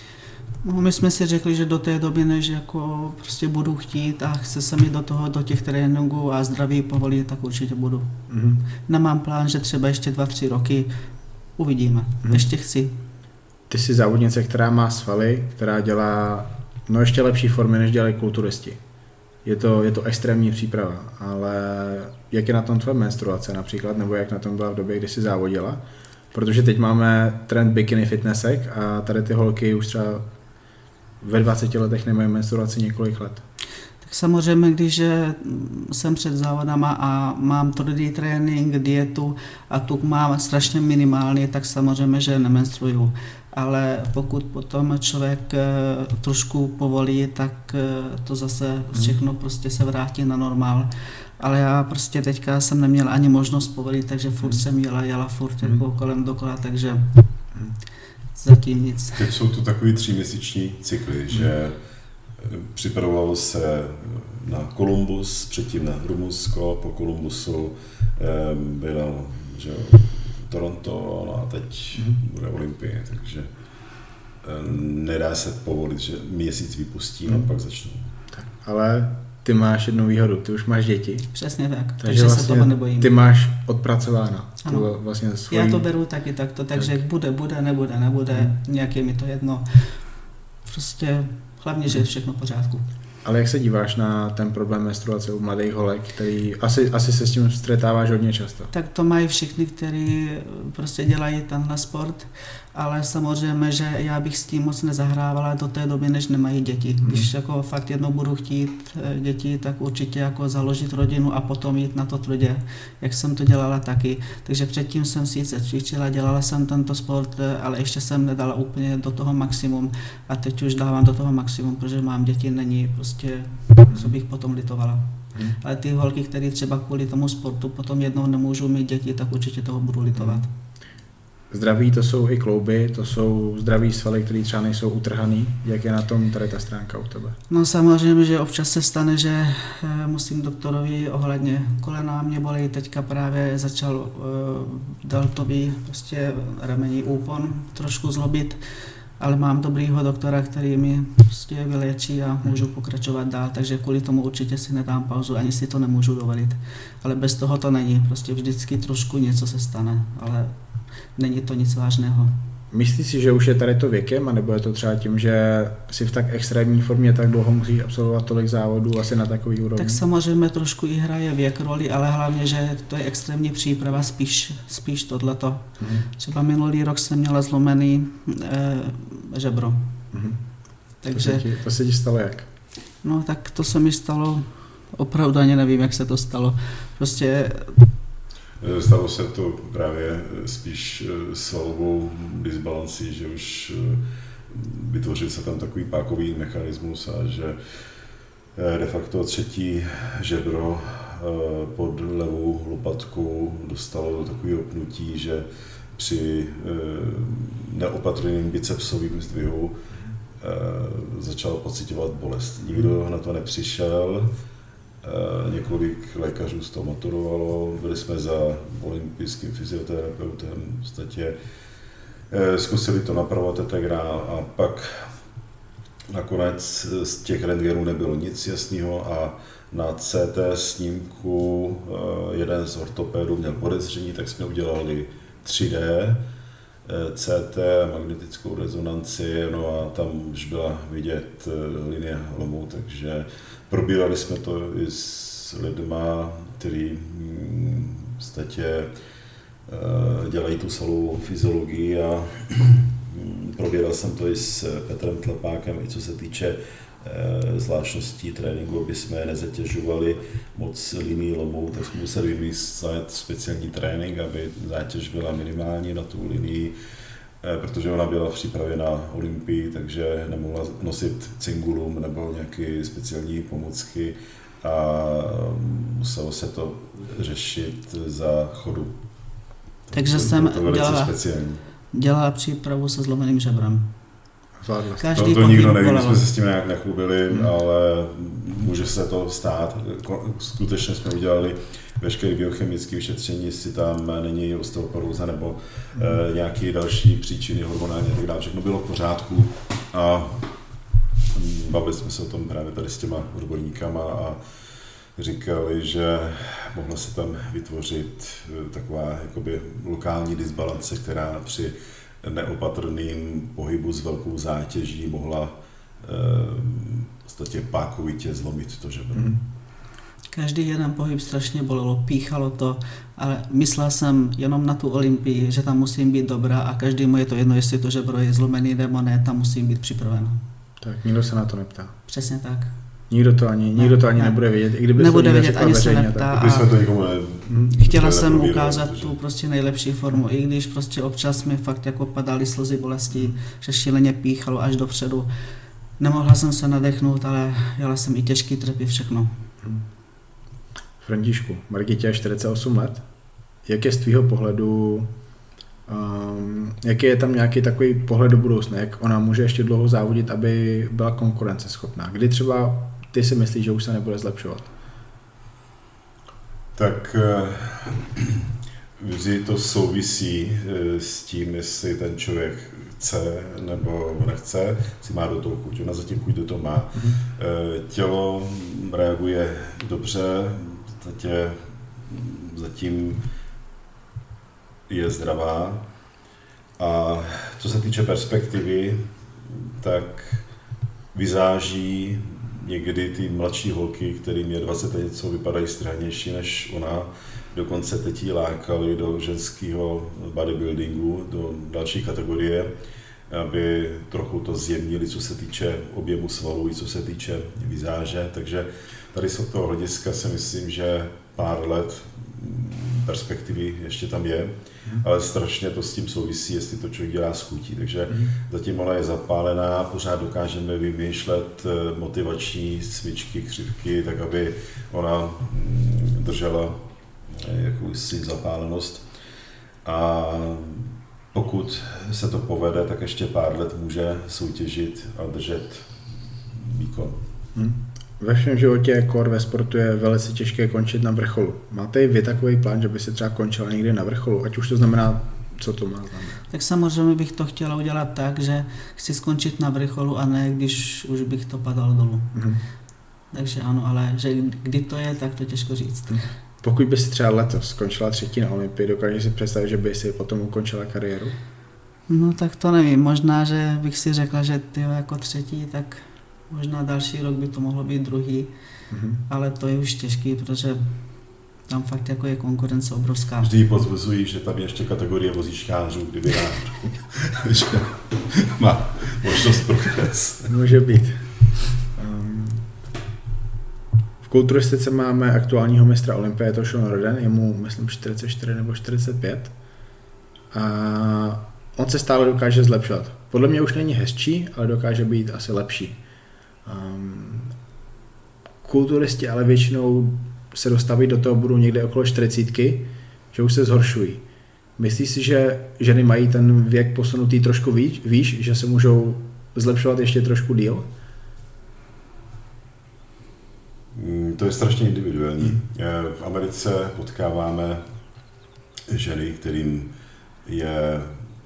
No, my jsme si řekli, že do té doby, než jako prostě budu chtít a chce se mi do toho, do těch tréninků a zdraví povolit, tak určitě budu. Mm-hmm. Nemám plán, že třeba ještě dva, tři roky uvidíme. Mm-hmm. Ještě chci. Ty jsi závodnice, která má svaly, která dělá no ještě lepší formy, než dělají kulturisti. Je to, je to extrémní příprava, ale jak je na tom tvoje menstruace například, nebo jak na tom byla v době, kdy jsi závodila? Protože teď máme trend bikini fitnessek a tady ty holky už třeba ve dvaceti letech nemají menstruaci několik let. Tak samozřejmě, když jsem před závodama a mám tvrdý trénink, dietu a tuk mám strašně minimálně, tak samozřejmě, že nemenstruuju. Ale pokud potom člověk trošku povolí, tak to zase všechno prostě se vrátí na normál. Ale já prostě teďka jsem neměl ani možnost povolit, takže furt jsem jela, jela furt jako kolem dokola, takže zatím nic. Teď jsou to takový tříměsíční cykly, že připravovalo se na Kolumbus, předtím na Rumunsko, po Kolumbusu bylo, že Toronto, no a teď bude Olympie, takže nedá se povolit, že měsíc vypustím hmm. a pak začnu. Tak, ale ty máš jednu výhodu, ty už máš děti. Přesně tak, takže, takže vlastně se toho nebojím. Ty máš odpracováno. Ano. Vlastně svojí... Já to beru taky takto, takže tak. bude, bude, nebude, nebude, hmm. nějak je mi to jedno. Prostě hlavně, že je všechno v pořádku. Ale jak se díváš na ten problém menstruace u mladých holek, který asi, asi se s tím střetáváš hodně často? Tak to mají všichni, kteří prostě dělají tenhle sport, ale samozřejmě, že já bych s tím moc nezahrávala do té doby, než nemají děti. Hmm. Když jako fakt jednou budu chtít děti, tak určitě jako založit rodinu a potom jít na to tvrdě, jak jsem to dělala taky. Takže předtím jsem sice cvičila, dělala jsem tento sport, ale ještě jsem nedala úplně do toho maximum a teď už dávám do toho maximum, protože mám děti, není prostě, co bych potom litovala. Hmm. Ale ty holky, které třeba kvůli tomu sportu potom jednou nemůžou mít děti, tak určitě toho budu litovat. zdraví to jsou i klouby, to jsou zdraví svaly, které třeba nejsou utrhaný. Jak je na tom tady ta stránka u tebe? No samozřejmě, že občas se stane, že musím doktorovi ohledně kolena, mě bolí, teďka právě začal uh, deltový prostě ramení úpon trošku zlobit, ale mám dobrýho doktora, který mi prostě vyléčí a můžu pokračovat dál, takže kvůli tomu určitě si nedám pauzu, ani si to nemůžu dovolit. Ale bez toho to není, prostě vždycky trošku něco se stane, ale není to nic vážného. Myslíš si, že už je tady to věkem, anebo je to třeba tím, že si v tak extrémní formě tak dlouho musíš absolvovat tolik závodů asi na takový úrovni? Tak samozřejmě trošku i hraje věk roli, ale hlavně, že to je extrémní příprava, spíš, spíš tohleto. Mm. Třeba minulý rok jsem měla zlomený eh, žebro. Mm. Takže, to, se ti, to se ti stalo jak? No tak to se mi stalo, opravdu ani nevím, jak se to stalo. Prostě stalo se to právě spíš svalovou disbalancí, že už vytvořil se tam takový pákový mechanismus a že de facto třetí žebro pod levou lopatku dostalo do takového pnutí, že při neopatrném bicepsovém zdvihu začal pocitovat bolest. Nikdo na to nepřišel. Několik lékařů to motorovalo, byli jsme za olympijským fyzioterapeutem, v podstatě zkusili to napravovat a tak dále a pak nakonec z těch rentgenů nebylo nic jasného a na C T snímku jeden z ortopédů měl podezření, tak jsme udělali tři dé, C T, magnetickou rezonanci, no a tam už byla vidět linie lomů, takže probírali jsme to i s lidma, kteří v podstatě dělají tu svalovou fyziologii a probíral jsem to i s Petrem Tlepákem, i co se týče zvláštností tréninku, aby jsme nezatěžovali moc linií lomů, tak jsme museli vymyslet speciální trénink, aby zátěž byla minimální na tu linii, protože ona byla v přípravě na Olympii, takže nemohla nosit cingulum nebo nějaké speciální pomůcky a muselo se to řešit za chodu. Takže to, jsem to dělala, dělala přípravu se zlomeným žebrem. Každý to, to nikdo neví, my jsme se s tím nějak nechlubili, hmm. ale může se to stát. Skutečně jsme udělali veškeré biochemické vyšetření, jestli tam není osteoporóza nebo hmm. e, nějaké další příčiny hormonální a tak dále. Všechno bylo v pořádku a bavili jsme se o tom právě tady s těma odborníkama a říkali, že mohla se tam vytvořit taková jakoby lokální disbalance, která při neopatrným pohybu s velkou zátěží mohla e, v podstatě pákovitě zlomit to žebro. Mm. Každý jeden pohyb strašně bolelo, píchalo to, ale myslel jsem jenom na tu Olympii, že tam musím být dobrá a každému je to jedno, jestli to žebro je zlomený nebo ne, tam musím být připravena. Tak nikdo se na to neptá. Přesně tak. Nikdo to ani, nikdo to ani ne. nebude vědět, i kdyby nebude to vědět, ani se neptá. A jsme to nikomu ne, chtěla jsem ukázat protože... tu prostě nejlepší formu, i když prostě občas mi fakt jako padaly slzy bolesti, že šíleně píchalo až dopředu. Nemohla jsem se nadechnout, ale jela jsem i těžký trepy, všechno. Františku, Margitě je čtyřicet osm let. Jak je z tvýho pohledu, um, jaký je tam nějaký takový pohled do budoucna, jak ona může ještě dlouho závodit, aby byla konkurenceschopná? Kdy třeba ty si myslíš, že už se nebude zlepšovat? Tak vždy to souvisí s tím, jestli ten člověk chce nebo nechce, si má do toho chuť. Ona zatím chuť do toho má. Mm-hmm. Tělo reaguje dobře, zatím, zatím je zdravá. A co se týče perspektivy, tak vyzáží někdy ty mladší holky, kterým je dvacet a něco, vypadají strhanější než ona. Dokonce teď jí lákali do ženského bodybuildingu, do další kategorie, aby trochu to zjemnili, co se týče objemu svalů i co se týče vizáže. Takže tady z toho hlediska si myslím, že pár let perspektivy ještě tam je, ale strašně to s tím souvisí, jestli to člověk dělá s chutí. Takže zatím ona je zapálená, pořád dokážeme vymýšlet motivační smyčky, křivky, tak aby ona držela jakousi zapálenost. A pokud se to povede, tak ještě pár let může soutěžit a držet výkon. Hmm. Ve všem životě jako ve sportu je velice těžké končit na vrcholu. Máte i vy takový plán, že by si třeba končila někdy na vrcholu, ať už to znamená, co to má znamená? Tak samozřejmě bych to chtěla udělat tak, že chci skončit na vrcholu a ne, když už bych to padal dolů. Hmm. Takže ano, ale že kdy to je, tak to těžko říct. Hmm. Pokud by si třeba letos skončila třetí na Olympii, dokážeš si představit, že by si potom ukončila kariéru? No tak to nevím, možná, že bych si řekla, že ty jako třetí, tak možná další rok by to mohlo být druhý, mm-hmm. ale to je už těžký, protože tam fakt jako je konkurence obrovská. Vždy pozvuzují, že tam je ještě kategorie vozíčkářů, kdyby náhodou má možnost progres. Může být. Um, v kulturistice máme aktuálního mistra Olympie, to Sean Roden, je mu myslím čtyřicet čtyři nebo čtyřicet pět a on se stále dokáže zlepšovat. Podle mě už není hezčí, ale dokáže být asi lepší. Um, kulturisti ale většinou se dostaví do toho bodu někde okolo čtyřicítky, že už se zhoršují. Myslíš si, že ženy mají ten věk posunutý trošku výš, výš, že se můžou zlepšovat ještě trošku díl? To je strašně individuální. V Americe potkáváme ženy, kterým je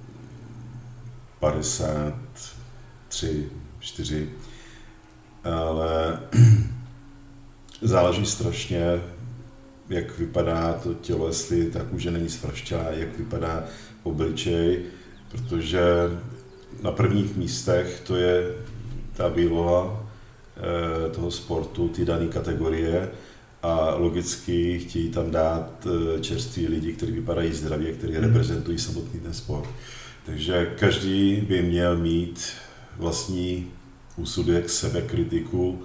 padesát tři, čtyři, ale záleží strašně, jak vypadá to tělo, jestli ta kůže není svrštělá, jak vypadá obličej, protože na prvních místech to je ta výloha eh, toho sportu, ty dané kategorie a logicky chtějí tam dát eh, čerství lidi, kteří vypadají zdravě, kteří reprezentují samotný ten sport. Takže každý by měl mít vlastní úsudek, sebekritiku,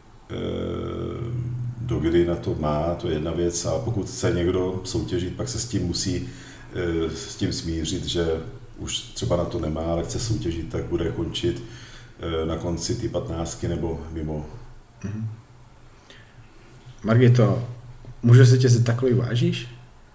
dokdy na to má, to je jedna věc a pokud chce někdo soutěžit, pak se s tím musí s tím smířit, že už třeba na to nemá, ale chce soutěžit, tak bude končit na konci ty patnáctky nebo mimo. Mm-hmm. Margito, můžu se tě zeptat, kolik vážíš?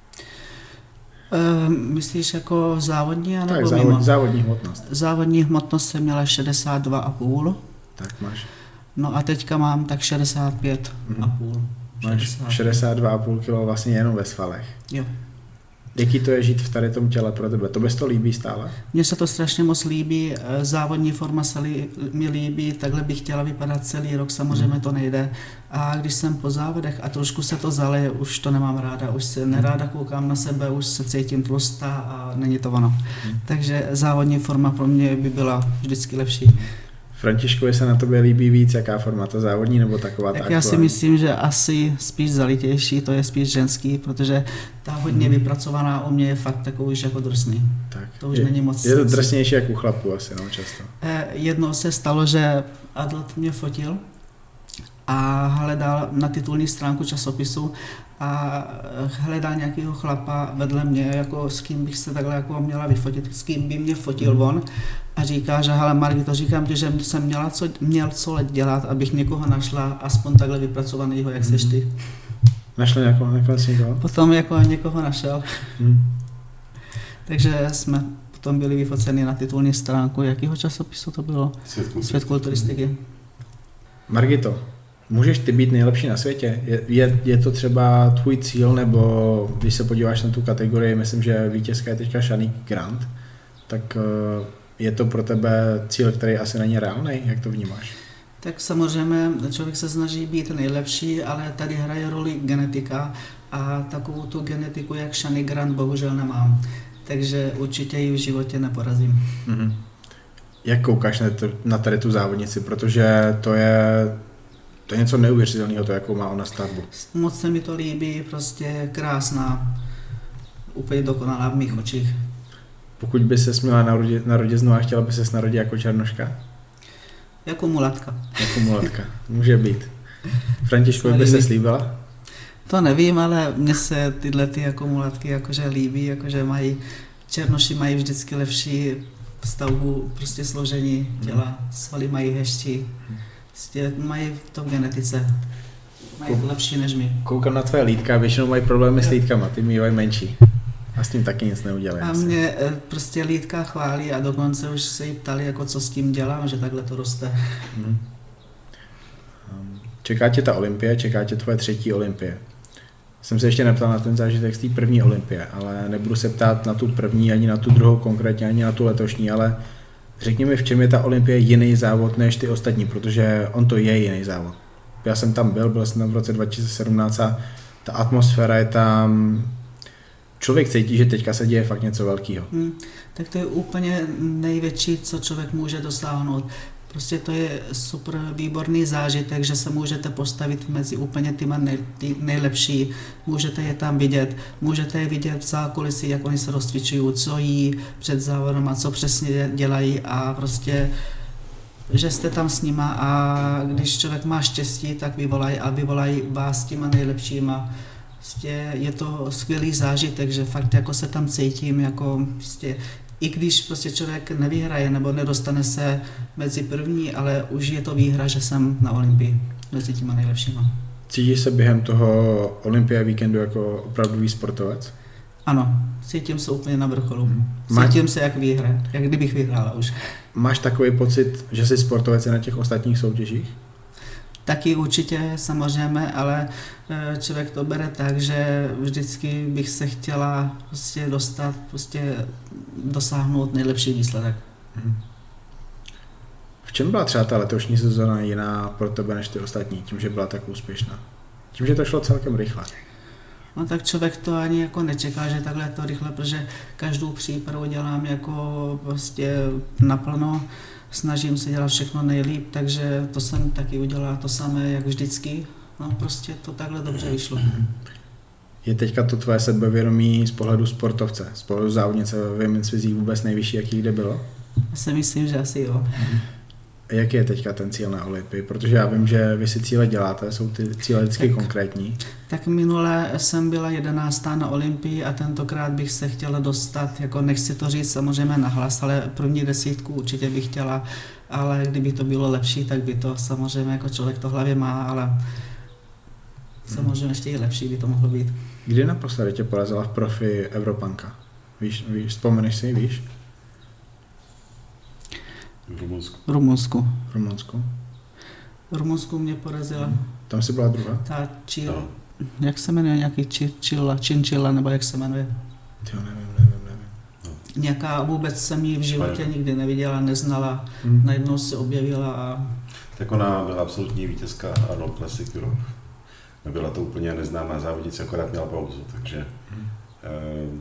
Uh, myslíš jako závodní anebo tak, mimo? Tak, závodní hmotnost. Závodní hmotnost jsem měla šedesát dva a půl. Tak máš. No a teďka mám tak šedesát pět a půl. Máš šedesát dva a půl kilo vlastně jenom ve svalech. Jo. Jaký to je žít v tady tom těle pro tebe? To bys to líbí stále? Mně se to strašně moc líbí, závodní forma se lí, mi líbí, takhle bych chtěla vypadat celý rok, samozřejmě to nejde. A když jsem po závodech a trošku se to zaleje, už to nemám ráda, už se neráda koukám na sebe, už se cítím tlustá a není to ono. Hmm. Takže závodní forma pro mě by byla vždycky lepší. Františkovi se na tobě líbí víc, jaká forma, ta závodní nebo taková tak ta já aktuální? si myslím, že asi spíš zalitější, to je spíš ženský, protože ta hodně hmm. vypracovaná u mě je fakt takový už jako drsný. Tak. To už je, není moc. Je to drsnější jak u chlapů asi, no často. Jednou se stalo, že Adlet mě fotil a hledal na titulní stránku časopisu a hledal nějakého chlapa vedle mě, jako s kým bych se takhle jako měla vyfotit, s kým by mě fotil on a říká, že hele Margito, říkám ti, že jsem měla co, měl co dělat, abych někoho našla, aspoň takhle vypracovanýho, jak seš ty. Našla někoho, nakonec někoho? Potom jako někoho našel. Hmm. Takže jsme potom byli vyfoceni na titulní stránku, jakého časopisu to bylo? Svět kulturistiky. Margito, můžeš ty být nejlepší na světě? Je, je, je to třeba tvůj cíl, nebo když se podíváš na tu kategorii, myslím, že vítězka je teďka Shanique Grant, tak je to pro tebe cíl, který asi není reálný? Jak to vnímáš? Tak samozřejmě člověk se snaží být nejlepší, ale tady hraje roli genetika a takovou tu genetiku, jak Shanique Grant, bohužel nemám. Takže určitě ji v životě neporazím. Mm-hmm. Jak koukáš na, to, na tady tu závodnici, protože to je, to je něco neuvěřitelného, to jakou má ona stavbu. Moc se mi to líbí, prostě krásná, úplně dokonalá v mých očích. Pokud by se směla narodit, narodit znovu a chtěla by se narodit jako černoška? Jako mulatka. Jako mulatka, může být. Františkovi by se slíbila? To nevím, ale mně se tyhle ty jako mulatky jakože líbí, jakože mají, černoši mají vždycky lepší stavbu, prostě složení těla, svaly mají hezčí, prostě mají to v genetice, mají to lepší než my. Koukám na tvé lítka, většinou mají problémy s lítkama, ty mývají menší. A s tím taky nic neudělali. A mě prostě Lídka chválí a dokonce už se jí ptali, jako co s tím dělám, že takhle to roste. Hmm. Čeká tě ta olympie, čeká tě tvoje třetí olympie. Jsem se ještě neptal na ten zážitek z té první olympie, ale nebudu se ptát na tu první, ani na tu druhou konkrétně, ani na tu letošní, ale řekni mi, v čem je ta olympie jiný závod než ty ostatní, protože on to je jiný závod. Já jsem tam byl, byl jsem tam v roce dva tisíce sedmnáct a ta atmosféra je tam, člověk cítí, že teďka se děje fakt něco velkého. Hmm, tak to je úplně největší, co člověk může dosáhnout. Prostě to je super výborný zážitek, že se můžete postavit mezi úplně těma nej, ty nejlepší, můžete je tam vidět, můžete je vidět v zákulisí, jak oni se rozcvičují, co jí před závodem a co přesně dělají a prostě, že jste tam s nima a když člověk má štěstí, tak vyvolají a vyvolají vás s těma nejlepšíma. Prostě je to skvělý zážitek, že fakt jako se tam cítím, jako prostě i když prostě člověk nevyhraje nebo nedostane se mezi první, ale už je to výhra, že jsem na olympii mezi těma nejlepšíma. Cítíš se během toho olympia víkendu jako opravdový sportovec? Ano, cítím se úplně na vrcholu. Cítím se jak výhra, jak kdybych vyhrála už. Máš takový pocit, že jsi sportovec na těch ostatních soutěžích? Taky určitě, samozřejmě, ale člověk to bere tak, že vždycky bych se chtěla prostě dostat, prostě dosáhnout nejlepší výsledek. V čem byla třeba ta letošní sezona jiná pro tebe než ty ostatní, tím, že byla tak úspěšná? Tím, že to šlo celkem rychle. No tak člověk to ani jako nečeká, že takhle to rychle, protože každou přípravu dělám jako prostě naplno. Snažím se dělat všechno nejlíp, takže to jsem taky udělala to samé, jak vždycky. No prostě to takhle dobře vyšlo. Je teďka to tvoje sebevědomí z pohledu sportovce, z pohledu závodnice ve women's physique vůbec nejvyšší, jaký kde bylo? Já si myslím, že asi jo. Jaký je teďka ten cíl na Olympii? Protože já vím, že vy si cíle děláte, jsou ty cíle vždycky tak, konkrétní. Tak minule jsem byla jedenáctá na Olympii a tentokrát bych se chtěla dostat, jako nechci to říct samozřejmě nahlas, ale první desítku určitě bych chtěla, ale kdyby to bylo lepší, tak by to samozřejmě jako člověk to v hlavě má, ale samozřejmě ještě i lepší by to mohlo být. Kdy naposledy tě porazila v profi Evropanka? Víš, víš, vzpomeneš si, víš? V Rumunsku. V Rumunsku. V Rumunsku. V Rumunsku mě porazila. Tam si byla druhá? Ta Čil, no. Jak se jmenuje, nějaký Čilla, Činčilla, nebo jak se jmenuje? Jo, nevím, nevím, nevím. No. Nějaká, vůbec jsem ji v životě Špajno. nikdy neviděla, neznala, hmm. najednou se objevila a... Tak ona byla absolutní vítězka Arnold Classic Europe. Nebyla to úplně neznámá závodnice, akorát měla pauzu, takže... Hmm. Eh,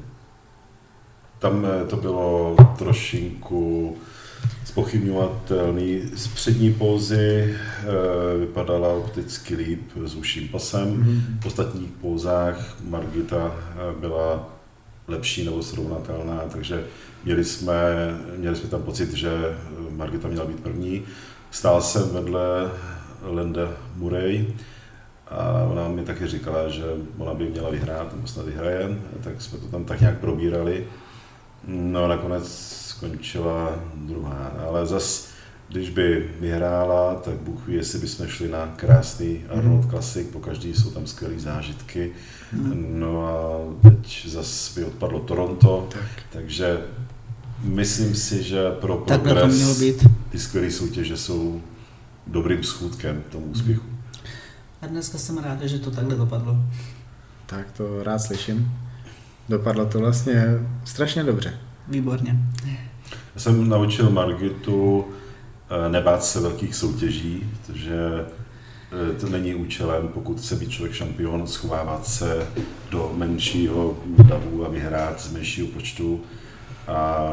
tam to bylo trošinku zpochybňovatelný. Z přední pózy e, vypadala opticky líp s užším pasem. Mm-hmm. V ostatních pózách Margita byla lepší nebo srovnatelná, takže měli jsme, měli jsme tam pocit, že Margita měla být první. Stál jsem vedle Linda Murray a ona mi taky říkala, že ona by měla vyhrát, nebo snad vyhraje, tak jsme to tam tak nějak probírali. No a nakonec skončila druhá, ale zas, když by vyhrála, tak Bůh ví, jestli bychom šli na krásný Arnold Classic, po každý jsou tam skvělé zážitky. No a teď zas by odpadlo Toronto, tak. Takže myslím si, že pro progres ty skvělé soutěže jsou dobrým schůdkem tomu úspěchu. A dneska jsem rád, že to takhle dopadlo. Tak to rád slyším. Dopadlo to vlastně strašně dobře. Výborně. Já jsem naučil Margitu nebát se velkých soutěží, protože to není účelem, pokud chce být člověk šampion, schovávat se do menšího davu a vyhrát z menšího počtu a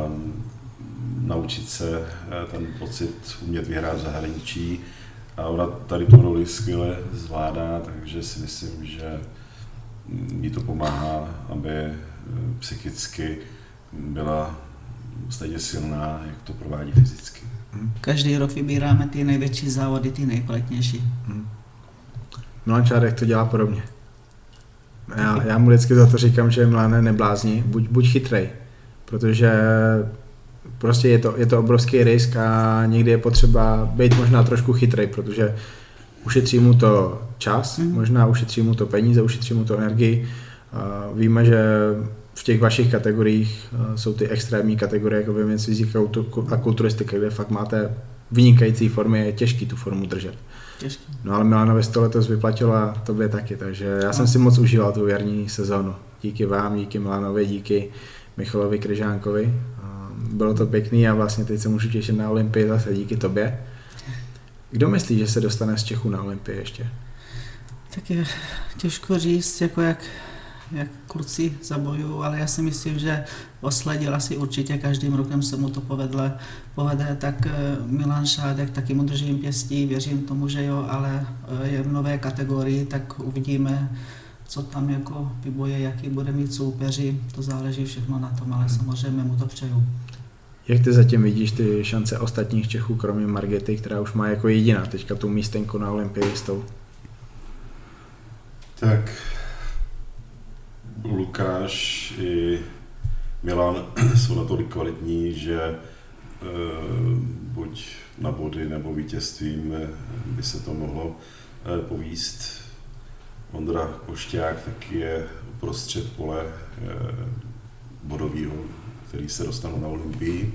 naučit se ten pocit umět vyhrát v zahraničí. A ona tady tu roli skvěle zvládá, takže si myslím, že jí to pomáhá, aby psychicky byla stejně silná, jak to provádí fyzicky. Každý rok vybíráme ty největší závody, ty nejkvalitnější. Milan Čárek to dělá podobně. Já, já mu vždycky za to říkám, že Milane neblázni, buď, buď chytrej, protože prostě je to, je to obrovský risk a někdy je potřeba být možná trošku chytrej, protože ušetří mu to čas, mm. možná ušetří mu to peníze, ušetří mu to energii. Víme, že v těch vašich kategoriích jsou ty extrémní kategorie, jako věc fyzika a kulturistika, kde fakt máte vynikající formy, je těžký tu formu držet. Těžký. No ale Milanovi to letos vyplatila, tobě taky, takže já jsem si moc užíval tu jarní sezónu. Díky vám, díky Milanovi, díky Michalovi Kryžánkovi. Bylo to pěkný a vlastně teď se můžu těšit na Olympii zase díky tobě. Kdo myslí, že se dostane z Čechů na Olympii ještě? Tak je těžko říct, jako jak, jak kluci zabojují, ale já si myslím, že osledil asi určitě, každým rokem se mu to povedle, povede, tak Milan Šádek, taky mu držím pěstí, věřím tomu, že jo, ale je v nové kategorii, tak uvidíme, co tam jako vyboje, jaký bude mít soupeři, to záleží všechno na tom, ale samozřejmě mu to přeju. Jak ty zatím vidíš ty šance ostatních Čechů, kromě Margity, která už má jako jediná teďka tu místenku na Olympii jistou? Tak Lukáš i Milan jsou natolik kvalitní, že e, buď na body nebo vítězstvím by se to mohlo e, povíst. Ondra Košťák taky je uprostřed pole e, bodovýho, který se dostanou na Olympii.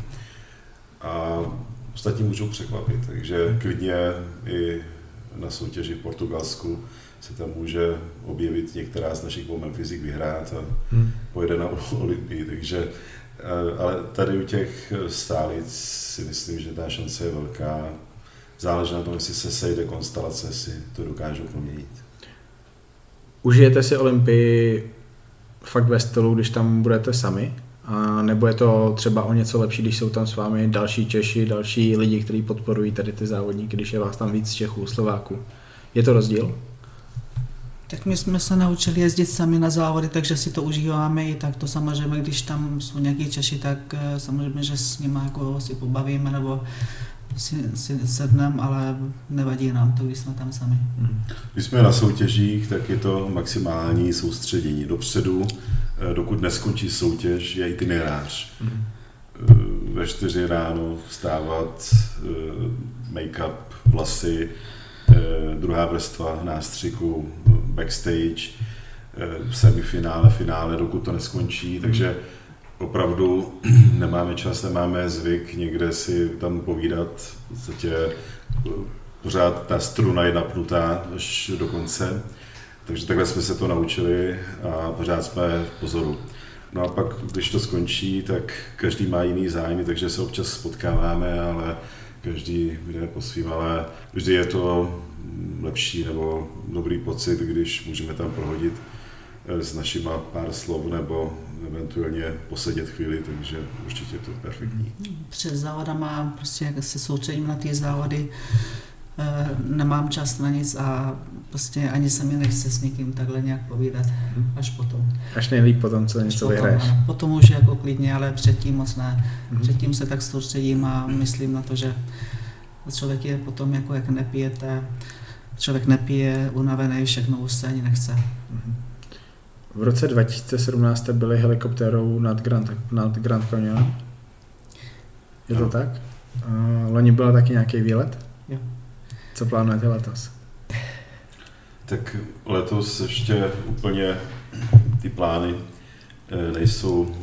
A ostatní můžou překvapit, takže klidně i na soutěži v Portugalsku se tam může objevit některá z našich Women Physique vyhrát a hmm. pojede na Olympii, takže ale tady u těch stálic si myslím, že ta šance je velká. Záleží na tom, jestli se sejde konstelace, si to dokážou proměnit. Užijete si Olympii fakt ve stylu, když tam budete sami? A nebo je to třeba o něco lepší, když jsou tam s vámi další Češi, další lidi, kteří podporují tady ty závodníky, když je vás tam víc Čechů, Slováků? Je to rozdíl? Tak my jsme se naučili jezdit sami na závody, takže si to užíváme i tak to samozřejmě, když tam jsou nějaký Češi, tak samozřejmě, že s nimi jako si pobavíme nebo si, si sedneme, ale nevadí nám to, když jsme tam sami. Když jsme na soutěžích, tak je to maximální soustředění dopředu, dokud neskončí soutěž, je itinerář. Mm. Ve čtyři ráno vstávat, make-up, vlasy, druhá vrstva nástřiku, backstage, semifinále, finále, dokud to neskončí, takže opravdu nemáme čas, nemáme zvyk někde si tam povídat, v podstatě pořád ta struna je napnutá až do konce, takže takhle jsme se to naučili a pořád jsme v pozoru. No a pak, když to skončí, tak každý má jiný zájmy, takže se občas spotkáváme, ale každý jde po svým, ale vždy je to lepší nebo dobrý pocit, když můžeme tam prohodit s našima pár slov nebo eventuálně posedět chvíli, takže určitě je to perfektní. Před závodama, prostě jak se soustředím na ty závody, nemám čas na nic a prostě ani se mi nechce s někým takhle nějak povídat, až potom. Až nejlíp potom, co něco vyhraješ. Potom už jako klidně, ale předtím moc ne. Mm-hmm. Předtím se tak soustředím a myslím na to, že člověk je potom jako jak nepijete, člověk nepije, unavený, všechno už se ani nechce. Mm-hmm. V roce dva tisíce sedmnáct jste byli helikoptérou nad Grand, nad Grand Canyonem. Je to no. tak? Uh, loni byl taky nějaký výlet? Jo. Co plánujete letos? Tak letos ještě úplně ty plány nejsou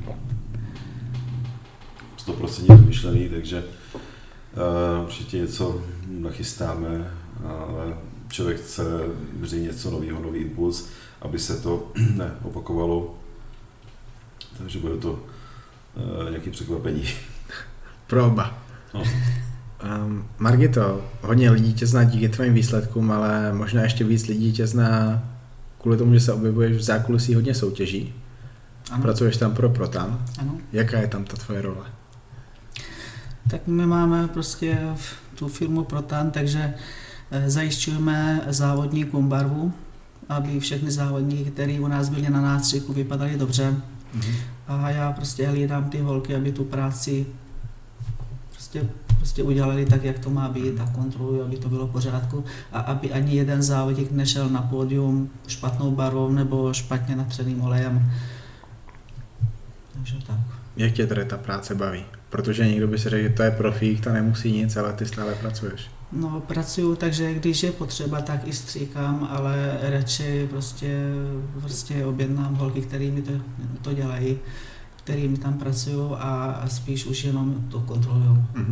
sto procent vymyšlený, takže určitě něco nachystáme, ale člověk chce vždy něco nového, nový impuls, aby se to neopakovalo, takže bude to nějaké překvapení. Pro oba. No. Um, Margito, hodně lidí tě zná díky tvým výsledkům, ale možná ještě víc lidí tě zná kvůli tomu, že se objevuješ v zákulisí hodně soutěží. Ano. Pracuješ tam pro Protan. Ano. Jaká je tam ta tvoje role? Tak my máme prostě tu firmu Protan, takže zajišťujeme závodníkům barvu, aby všechny závodníky, kteří u nás byli na nástřiku, vypadali dobře. Mhm. A já prostě hlídám ty holky, aby tu práci prostě, prostě udělali tak, jak to má být a kontroluji, aby to bylo v pořádku a aby ani jeden závodník nešel na pódium špatnou barvou nebo špatně natřeným olejem. Takže tak. Jak tě tady ta práce baví? Protože někdo by si řekl, že to je profík, to nemusí nic, ale ty stále pracuješ. No, pracuju, takže když je potřeba, tak i stříkám, ale radši prostě, prostě objednám holky, který mi to, to dělají, který mi tam pracují a spíš už jenom to kontrolují, mm-hmm.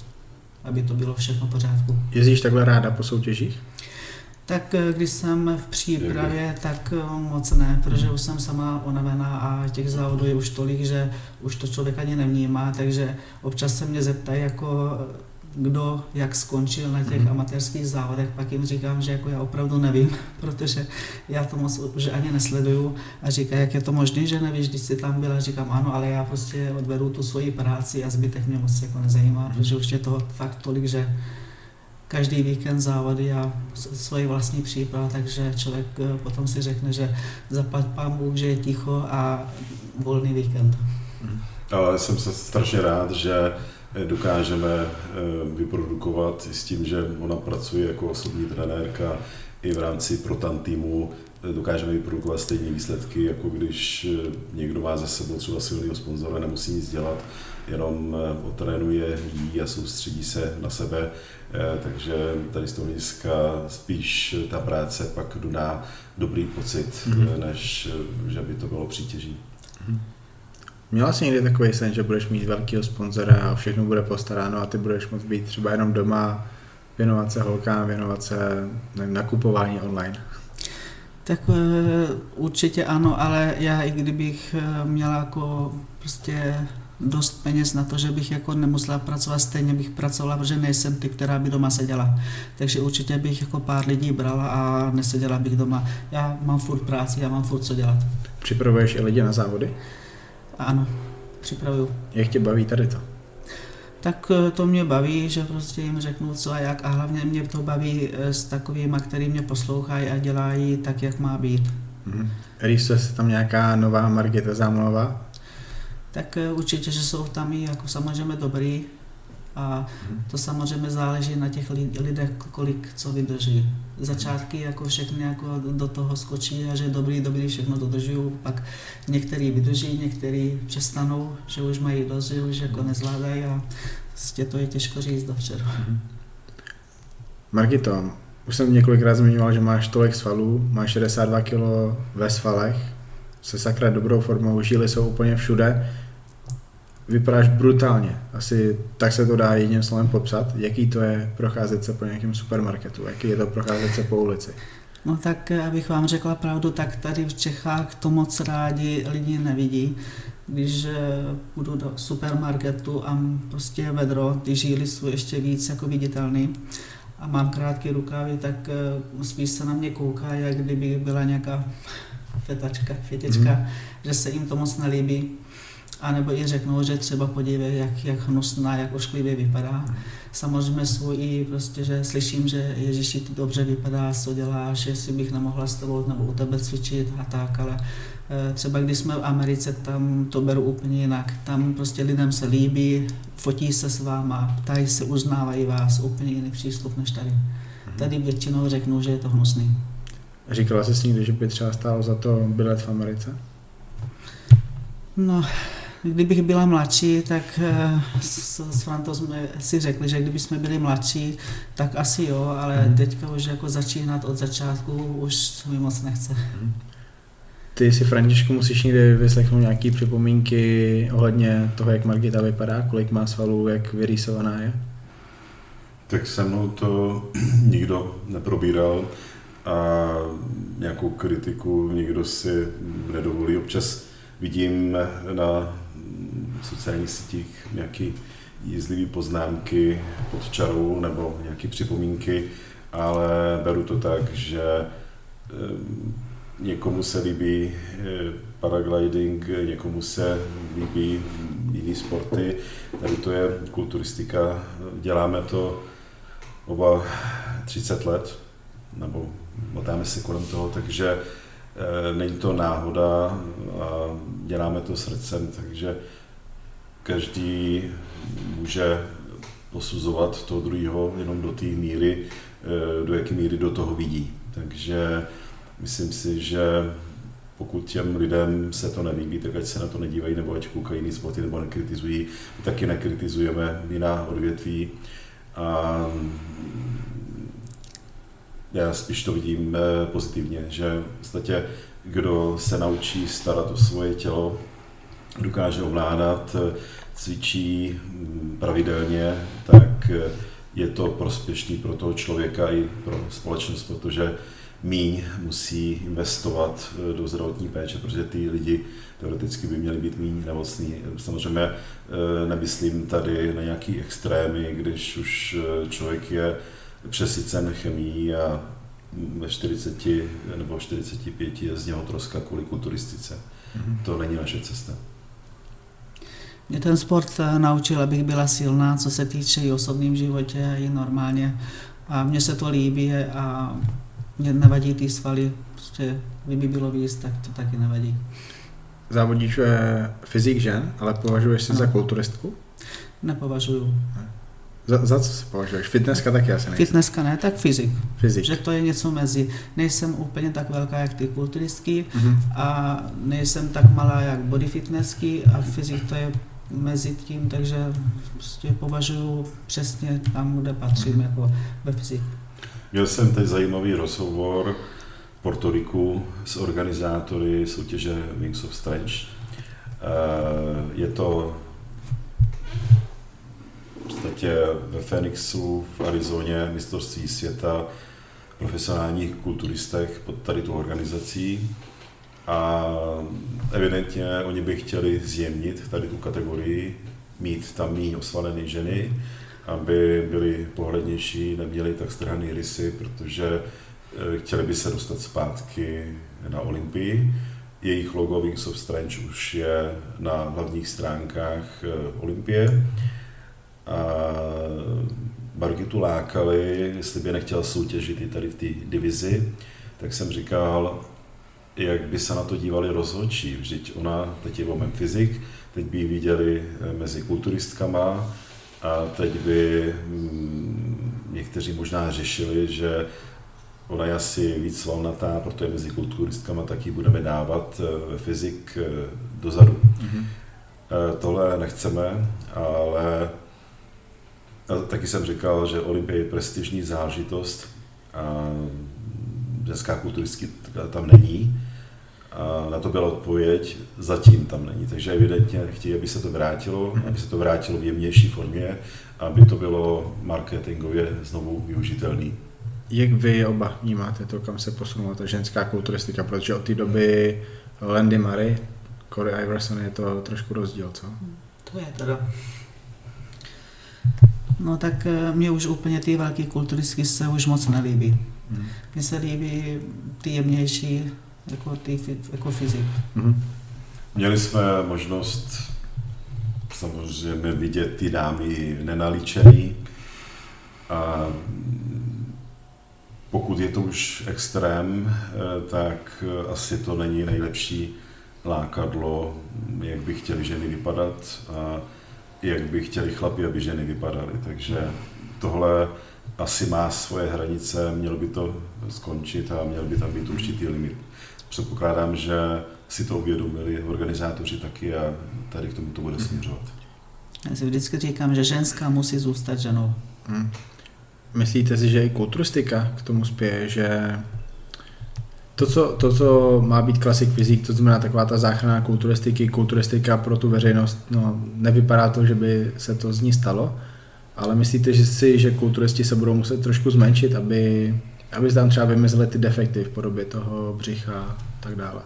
aby to bylo všechno v pořádku. Jezdíš takhle ráda po soutěžích? Tak když jsem v přípravě, tak moc ne, protože už jsem sama unavená a těch závodů je už tolik, že už to člověk ani nevnímá, takže občas se mě zeptají, jako kdo jak skončil na těch amatérských závodech, pak jim říkám, že jako já opravdu nevím, protože já to moc už ani nesleduju a říkají, jak je to možné, že nevíš, když jsi tam byla, říkám ano, ale já prostě odvedu tu svoji práci a zbytek mě moc jako nezajímá, protože už je toho fakt tolik, že každý víkend závody a svoji vlastní příprav, takže člověk potom si řekne, že zaplať pán Bůh, že je ticho a volný víkend. Ale jsem se strašně rád, že dokážeme vyprodukovat s tím, že ona pracuje jako osobní trenérka i v rámci ProTan týmu, dokážeme vyprodukovat stejné výsledky, jako když někdo má za sebou třeba silného sponzora, nemusí nic dělat, jenom otrénuje, jí a soustředí se na sebe, takže tady z toho hlediska spíš ta práce pak dodá dobrý pocit, mm-hmm. než že by to bylo přítěží. Mm-hmm. Měla jsi někdy takový sen, že budeš mít velkého sponzora a všechno bude postaráno a ty budeš moct být třeba jenom doma, věnovat se holkám, věnovat se nevím, nakupování online? Tak určitě ano, ale já i kdybych měla jako prostě dost peněz na to, že bych jako nemusela pracovat, stejně bych pracovala, protože nejsem ty, která by doma seděla. Takže určitě bych jako pár lidí brala a neseděla bych doma. Já mám furt práci, já mám furt co dělat. Připravuješ i lidi na závody? Ano, připravuju. Jak tě baví tady to? Tak to mě baví, že prostě jim řeknu co a jak a hlavně mě to baví s takovýma, který mě poslouchají a dělají tak, jak má být. Mm-hmm. Rýsuje se tam nějaká nová Margita Zámlová? Tak určitě, že jsou tam i jako samozřejmě dobrý a to samozřejmě záleží na těch lidech, kolik co vydrží. Začátky jako všechny jako do toho skočí a že dobrý, dobrý, všechno dodržují, pak některý vydrží, některý přestanou, že už mají dost, že už jako nezvládají a vlastně to je těžko říct dopředu. Margito, už jsem několikrát zmiňoval, že máš tolik svalů, máš šedesát dva kilo ve svalech, se sakra dobrou formou, žíly jsou úplně všude, vypadáš brutálně, asi tak se to dá jedním slovem popsat, jaký to je procházet se po nějakém supermarketu, jaký je to procházet se po ulici. No tak, abych vám řekla pravdu, tak tady v Čechách to moc rádi lidi nevidí. Když půjdu do supermarketu a prostě vedro, ty žíly jsou ještě víc jako viditelný a mám krátké rukávy, tak spíš se na mě kouká, jak kdyby byla nějaká fetačka, fětička, mm. že se jim to moc nelíbí. A nebo i řeknou, že třeba podívej, jak, jak hnusná, jak ošklivě vypadá. Samozřejmě jsou i prostě, že slyším, že Ježíši, ty dobře vypadá, co děláš, jestli bych nemohla s tebou nebo u tebe cvičit a tak, ale e, třeba když jsme v Americe, tam to beru úplně jinak. Tam prostě lidem se líbí, fotí se s váma, ptají se, uznávají vás, úplně jiný přístup než tady. Tady většinou řeknou, že je to hnusný. Říkala jsi někdy, že by třeba stálo za to bydlet v Americe? No, kdybych byla mladší, tak s, s Frantou jsme si řekli, že kdyby jsme byli mladší, tak asi jo, ale hmm. teďka už jako začínat od začátku už mi moc nechce. Hmm. Ty si, Františku, musíš někdy vyslechnout nějaké připomínky ohledně toho, jak Margita vypadá, kolik má svalů, jak vyrýsovaná je? Tak se mnou to nikdo neprobíral a nějakou kritiku nikdo si nedovolí. Občas vidím na sociálních sítích nějaké jízlivé poznámky pod čarou nebo nějaké připomínky, ale beru to tak, že někomu se líbí paragliding, někomu se líbí jiné sporty. Tady to je kulturistika, děláme to oba třicet let, nebo motáme se kolem toho, takže není to náhoda a děláme to srdcem, takže každý může posuzovat toho druhého jenom do té míry, do jaké míry do toho vidí. Takže myslím si, že pokud těm lidem se to nelíbí, tak ať se na to nedívají, nebo ať koukají jiný sporty, nebo nekritizují. My taky nekritizujeme jiná odvětví. A já spíš to vidím pozitivně, že v podstatě kdo se naučí starat o svoje tělo, dokáže ovládat, cvičí pravidelně, tak je to prospěšný pro toho člověka i pro společnost, protože míň musí investovat do zdravotní péče, protože ty lidi teoreticky by měli být míň nemocní. Samozřejmě nemyslím tady na nějaký extrémy, když už člověk je přesycen chemií a ve čtyřiceti nebo čtyřiceti pěti je z něho troska kvůli kulturistice. Mm-hmm. To není naše cesta. Mě ten sport naučil, abych byla silná, co se týče i osobním životě, i normálně. A mně se to líbí a mě nevadí ty svaly. Prostě, kdyby bylo víc, tak to taky nevadí. Závodíš fyzik žen, ale považuješ se no. za kulturistku? Nepovažuju. Za, za co se považuješ? Fitnesska taky asi nejsem. Fitnesska ne, tak fyzik. Fyzik. Že to je něco mezi. Nejsem úplně tak velká, jak ty kulturistky mm-hmm. a nejsem tak malá, jak body fitnessky a fyzik to je mezi tím, takže prostě považuji přesně tam, kde patřím, mm-hmm. jako ve fyziku. Měl jsem teď zajímavý rozhovor v Porto Riku s organizátory soutěže Wings of Strength. Je to v podstatě ve Phoenixu v Arizoně mistrovství světa profesionálních kulturistech pod tady tu organizací a evidentně oni by chtěli zjemnit tady tu kategorii, mít tam méně osvalené ženy, aby byly pohlednější, neměly tak strhané rysy, protože chtěli by se dostat zpátky na Olympii. Jejich logo Wings of Strength už je na hlavních stránkách Olympie. A Margitu lákali, jestli by nechtěl soutěžit i tady v té divizi, tak jsem říkal, jak by se na to dívali rozhodčí. Vždyť ona, teď je moment fyzik, teď by ji viděli mezi kulturistkama a teď by někteří možná řešili, že ona je asi víc svalnatá, protože mezi kulturistkama taky budeme dávat fyzik dozadu. Mm-hmm. Tohle nechceme, ale a taky jsem říkal, že Olympie je prestižní záležitost a ženská kulturistka tam není. A na to byla odpověď, zatím tam není. Takže evidentně chtějí, aby se to vrátilo, aby se to vrátilo v jemnější formě, aby to bylo marketingově znovu využitelné. Jak vy oba vnímáte to, kam se posunula ta ženská kulturistika? Protože od té doby Landy Murray, Corey Iverson je to trošku rozdíl, co? To je teda. No tak mě už úplně ty velké kulturistky se už moc nelíbí. Hmm. Mně se líbí ty jemnější, jako, ty, jako fyzik. Hmm. Měli jsme možnost samozřejmě vidět ty dámy nenalíčený a pokud je to už extrém, tak asi to není nejlepší lákadlo, jak by chtěli ženy vypadat a jak by chtěli chlapi, aby ženy vypadaly. Takže tohle asi má svoje hranice, mělo by to skončit a měl by tam být určitý limit. Předpokládám, že si to uvědomili organizátoři taky a tady k tomu to bude směřovat. Já si vždycky říkám, že ženská musí zůstat ženou. Hmm. Myslíte si, že i kulturistika k tomu spěje, že to co, to, co má být klasik fyzik, to znamená taková ta záchrana kulturistiky, kulturistika pro tu veřejnost, no nevypadá to, že by se to z ní stalo, ale myslíte že si, že kulturisti se budou muset trošku zmenšit, aby, aby tam třeba vymezily ty defekty v podobě toho břicha a tak dále?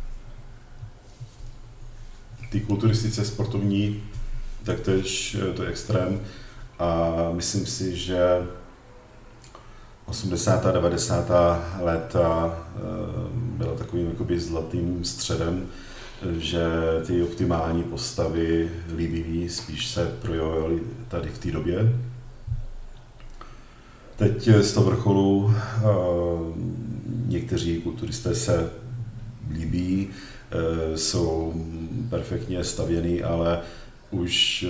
Ty kulturistice sportovní, tak tež to je extrém a myslím si, že osmdesátá devadesátá léta byla takovým jakoby zlatým středem, že ty optimální postavy líbivý spíš se projevovaly tady v té době. Teď z toho vrcholu někteří kulturisté se líbí, jsou perfektně stavěný, ale už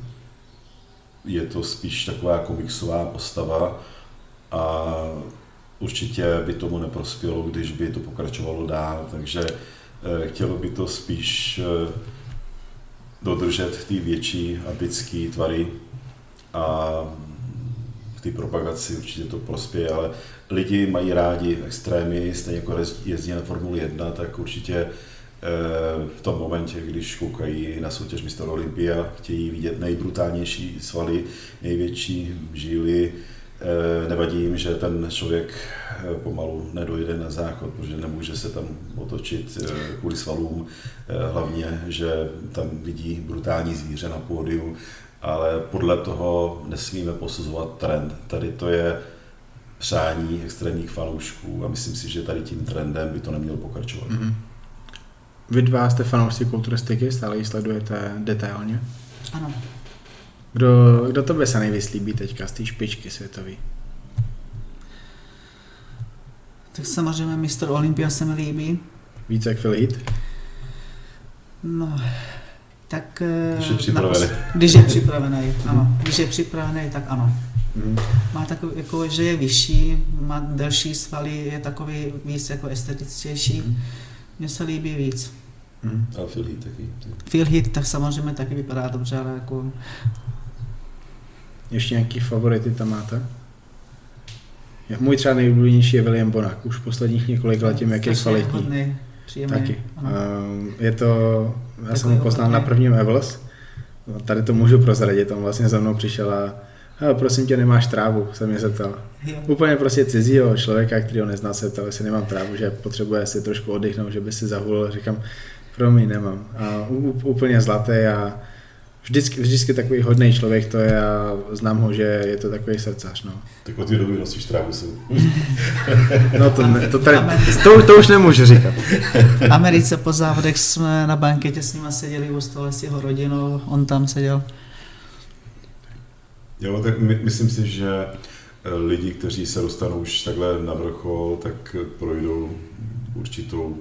je to spíš taková komiksová postava a určitě by tomu neprospělo, když by to pokračovalo dál, takže chtělo by to spíš dodržet ty větší ambické tvary a k té propagaci určitě to prospěje, ale lidi mají rádi extrémy, stejně jako jezdí na Formuli jedna, tak určitě v tom momentě, když koukají na soutěž mistr Olympia, chtějí vidět nejbrutálnější svaly, největší žíly, nevadí jim, že ten člověk pomalu nedojde na záchod, protože nemůže se tam otočit kvůli svalům, hlavně, že tam vidí brutální zvíře na pódiu, ale podle toho nesmíme posuzovat trend. Tady to je přání extrémních fanoušků a myslím si, že tady tím trendem by to nemělo pokračovat. Mm-hmm. Vy dva jste fanoušci kulturistiky, stále ji sledujete detailně? Ano. Kdo, kdo tobě se nejvíc líbí teďka z té špičky světové? Tak samozřejmě mistr Olympia se mi líbí. Víc jak Phil Heath? No, tak... Když je připravený. Když je připravený, ano. Když je připravený, tak ano. Mm. Má takový, jako, že je vyšší, má delší svaly, je takový víc jako estetičtější. Mm. Mně se líbí víc. Mm. A Phil Heath taky. Phil Heath tak samozřejmě taky vypadá dobře, ale jako... Ještě nějaký favority tam máte? Můj třeba nejoblíbenější je William Bonac, už posledních několik let tím, jak je kvalitní. Hodný, příjemný. Taky. Um, je to, já jsem ho poznal na prvním Evels, tady to můžu prozradit, on vlastně za mnou přišel a hele, prosím tě, nemáš trávu, se mě zeptal. Jo. Úplně prostě cizího člověka, který ho nezná, se ptal, jestli nemám trávu, že potřebuje si trošku oddychnout, že by si zahulil, říkám, promiň, nemám. A úplně zlatý a vždycky, vždycky takový hodný člověk to je a znám ho, že je to takový srdcař, no. Tak od té doby nosíš trávu se. No to, ne, to, tady, to, to už nemůžu říkat. V Americe po závodech jsme na banketě s nima seděli u stole s jeho rodinou, on tam seděl. Jo, tak my, myslím si, že lidi, kteří se dostanou už takhle na vrchol, tak projdou určitou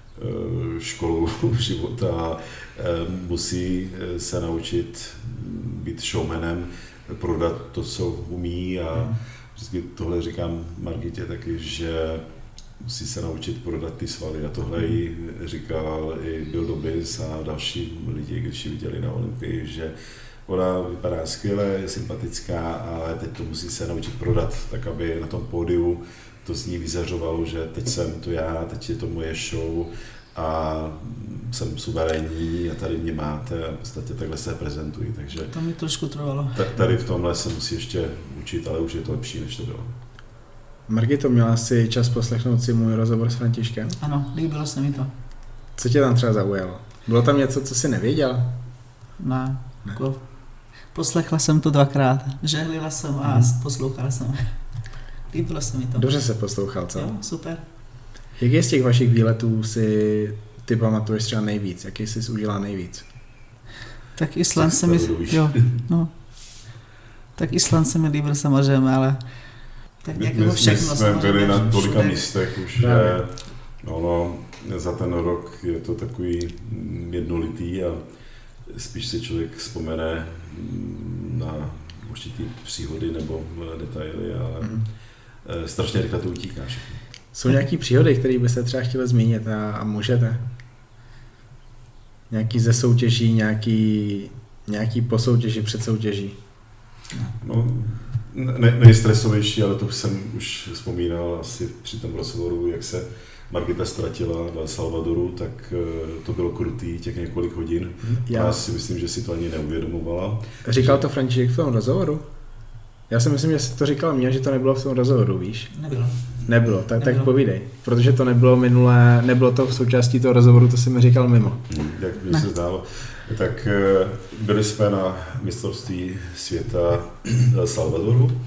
školu života a musí se naučit být showmanem, prodat to, co umí a vždycky tohle říkám Margitě taky, že musí se naučit prodat ty svaly a tohle jí říkal i Bill Dobbins a další lidi, když ji viděli na Olympii, že ona vypadá skvěle, je sympatická, ale teď to musí se naučit prodat, tak aby na tom pódiu to z ní vyzařovalo, že teď jsem to já, teď je to moje show a jsem suverénní a tady mě máte a v podstatě takhle se prezentují, takže to mi trošku trvalo. Tady v tomhle se musí ještě učit, ale už je to lepší, než to bylo. Margito, měla jsi čas poslechnout si můj rozhovor s Františkem? Ano, líbilo se mi to. Co tě tam třeba zaujalo? Bylo tam něco, co jsi nevěděl? Ne, ne. Jako poslechla jsem to dvakrát, žehlila jsem a hmm. poslouchala jsem. Líbilo se mi to. Dobře se poslouchal, co? Jo, super. Jaký z těch vašich výletů si ty pamatuješ třeba nejvíc? Jaký jsi užila nejvíc? Tak Island se mi... Jo, no. Tak Island se mi líbil samozřejmě, ale... Tak my, my jsme byli na tolika místech už, že no, no, za ten rok je to takový jednolitý a spíš si člověk vzpomene na určitý příhody nebo detaily, ale mm. strašně rychle to utíká všechno. Jsou nějaký příhody, které byste třeba chtěli zmínit a, a můžete? Nějaký ze soutěží, nějaký, nějaký po soutěži, před soutěží? No, ne, nejstresovější, ale to jsem už vzpomínal asi při tom rozhovoru, jak se Margita ztratila v El Salvadoru, tak to bylo krutý, těch několik hodin. Já, Já si myslím, že si to ani neuvědomovala. Říkal že... to František v tom rozhovoru? Já si myslím, že jsi to říkal mě, že to nebylo v tom rozhovoru, víš? Nebylo. Nebylo, tak, nebylo. Tak povídej. Protože to nebylo minulé, nebylo to v součástí toho rozhovoru, to jsi mi říkal mimo. Hmm, jak mi se zdálo. Tak byli jsme na mistrovství světa v El Salvadoru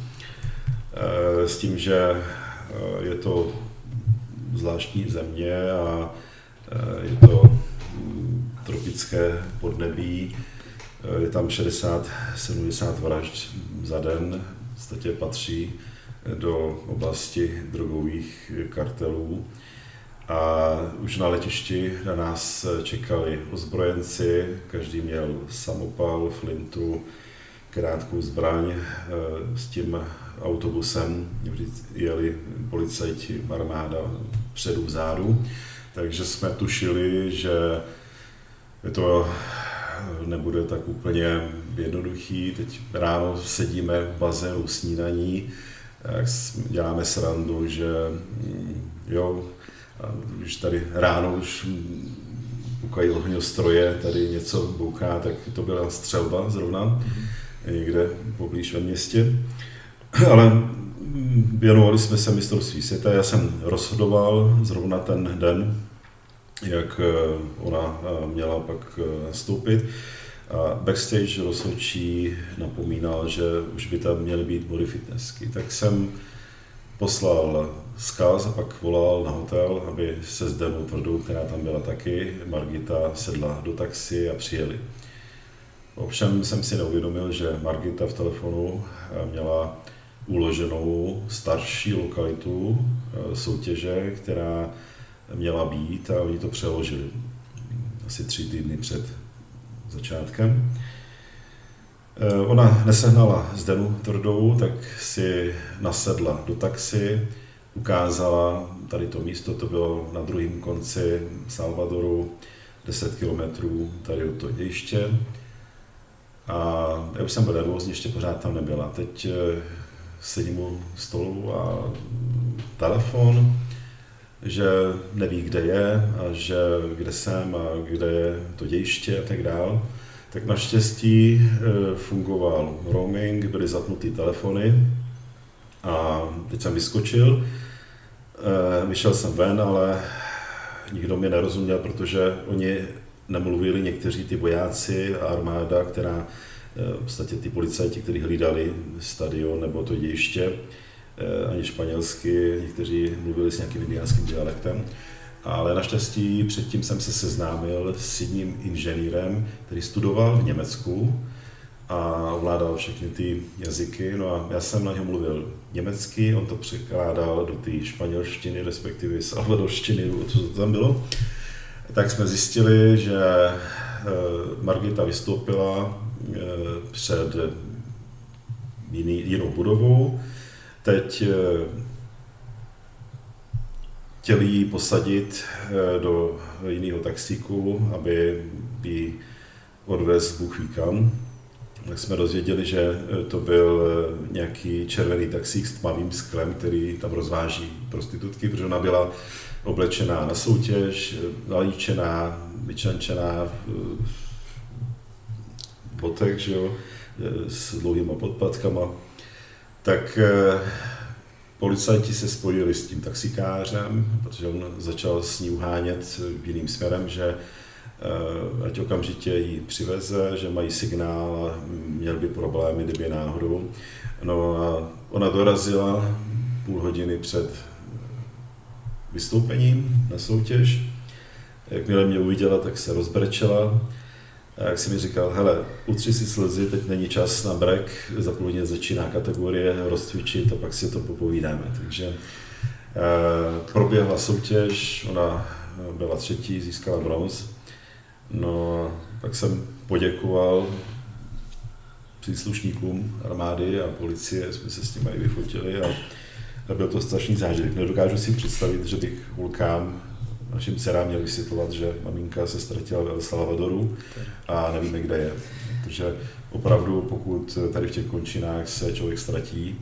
s tím, že je to zvláštní země a je to tropické podnebí, je tam šedesát sedmdesát vražd za den, v podstatě patří do oblasti drogových kartelů. A už na letišti na nás čekali ozbrojenci, každý měl samopal, flintu, krátkou zbraň. S tím autobusem jeli policajti, armáda předu vzadu, takže jsme tušili, že to nebude tak úplně jednoduchý. Teď ráno sedíme v bazénu snídaní, děláme srandu, že jo, už tady ráno už bukají ohňostroje, tady něco bouká, tak to byla střelba zrovna, někde poblíž ve městě. Ale věnovali jsme se mistrovství světa, já jsem rozhodoval zrovna ten den, jak ona měla pak nastoupit. A backstage rozhodčí napomínal, že už by tam měly být body fitnessky. Tak jsem poslal vzkaz a pak volal na hotel, aby se s Danou Tvrdou, která tam byla taky, Margita sedla do taxi a přijeli. Ovšem jsem si neuvědomil, že Margita v telefonu měla uloženou starší lokalitu soutěže, která měla být a oni to přeložili asi tři týdny před začátkem. Ona nesehnala Zdenu Tvrdou, tak si nasedla do taxi, ukázala tady to místo, to bylo na druhém konci Salvadoru, deset kilometrů tady od toho dějiště. A já už jsem byl nervózní, ještě pořád tam nebyla. Teď sedím u stolu a telefon, že neví, kde je, a že kde jsem a kde je to dějiště a tak dál. Tak naštěstí fungoval roaming, byly zapnuté telefony a teď jsem vyskočil. Vyšel jsem ven, ale nikdo mi nerozuměl, protože oni nemluvili někteří ty vojáci a armáda, která v podstatě ty policajti, kteří hlídali stadion nebo to dějiště, ani španělsky, někteří mluvili s nějakým indiánským dialektem. Ale naštěstí předtím jsem se seznámil s jedním inženýrem, který studoval v Německu a ovládal všechny ty jazyky. No a já jsem na něm mluvil německy, on to překládal do té španělštiny, respektive salvadorštiny, co to tam bylo. Tak jsme zjistili, že Margita vystoupila před jiný, jinou budovou. Teď chtěli ji posadit do jiného taxíku, aby ji odvez Bůh ví kam. Tak jsme dozvěděli, že to byl nějaký červený taxík s tmavým sklem, který tam rozváží prostitutky, protože ona byla oblečená na soutěž, nalíčená, vyčančená v botek, že jo, s dlouhýma podpatkama. Tak policajti se spojili s tím taxikářem, protože on začal s ní uhánět jiným směrem, že ať okamžitě ji přiveze, že mají signál a měl by problémy, kdyby náhodou. No a ona dorazila půl hodiny před vystoupením na soutěž. Jakmile mě uviděla, tak se rozbrečela. A jak si mi říkal, hele, utři si slzy, teď není čas na break, za půl hodiny začíná kategorie, rozcvičit a pak si to popovídáme. Takže e, proběhla soutěž, ona byla třetí, získala bronz. No, tak jsem poděkoval příslušníkům armády a policie, jsme se s nimi i vyfotili a, a byl to strašný zážitek. Nedokážu si představit, že bych Vulkán našim dcerám měl vysvětlovat, že maminka se ztratila v El Salvadoru a nevíme, kde je. Protože opravdu, pokud tady v těch končinách se člověk ztratí,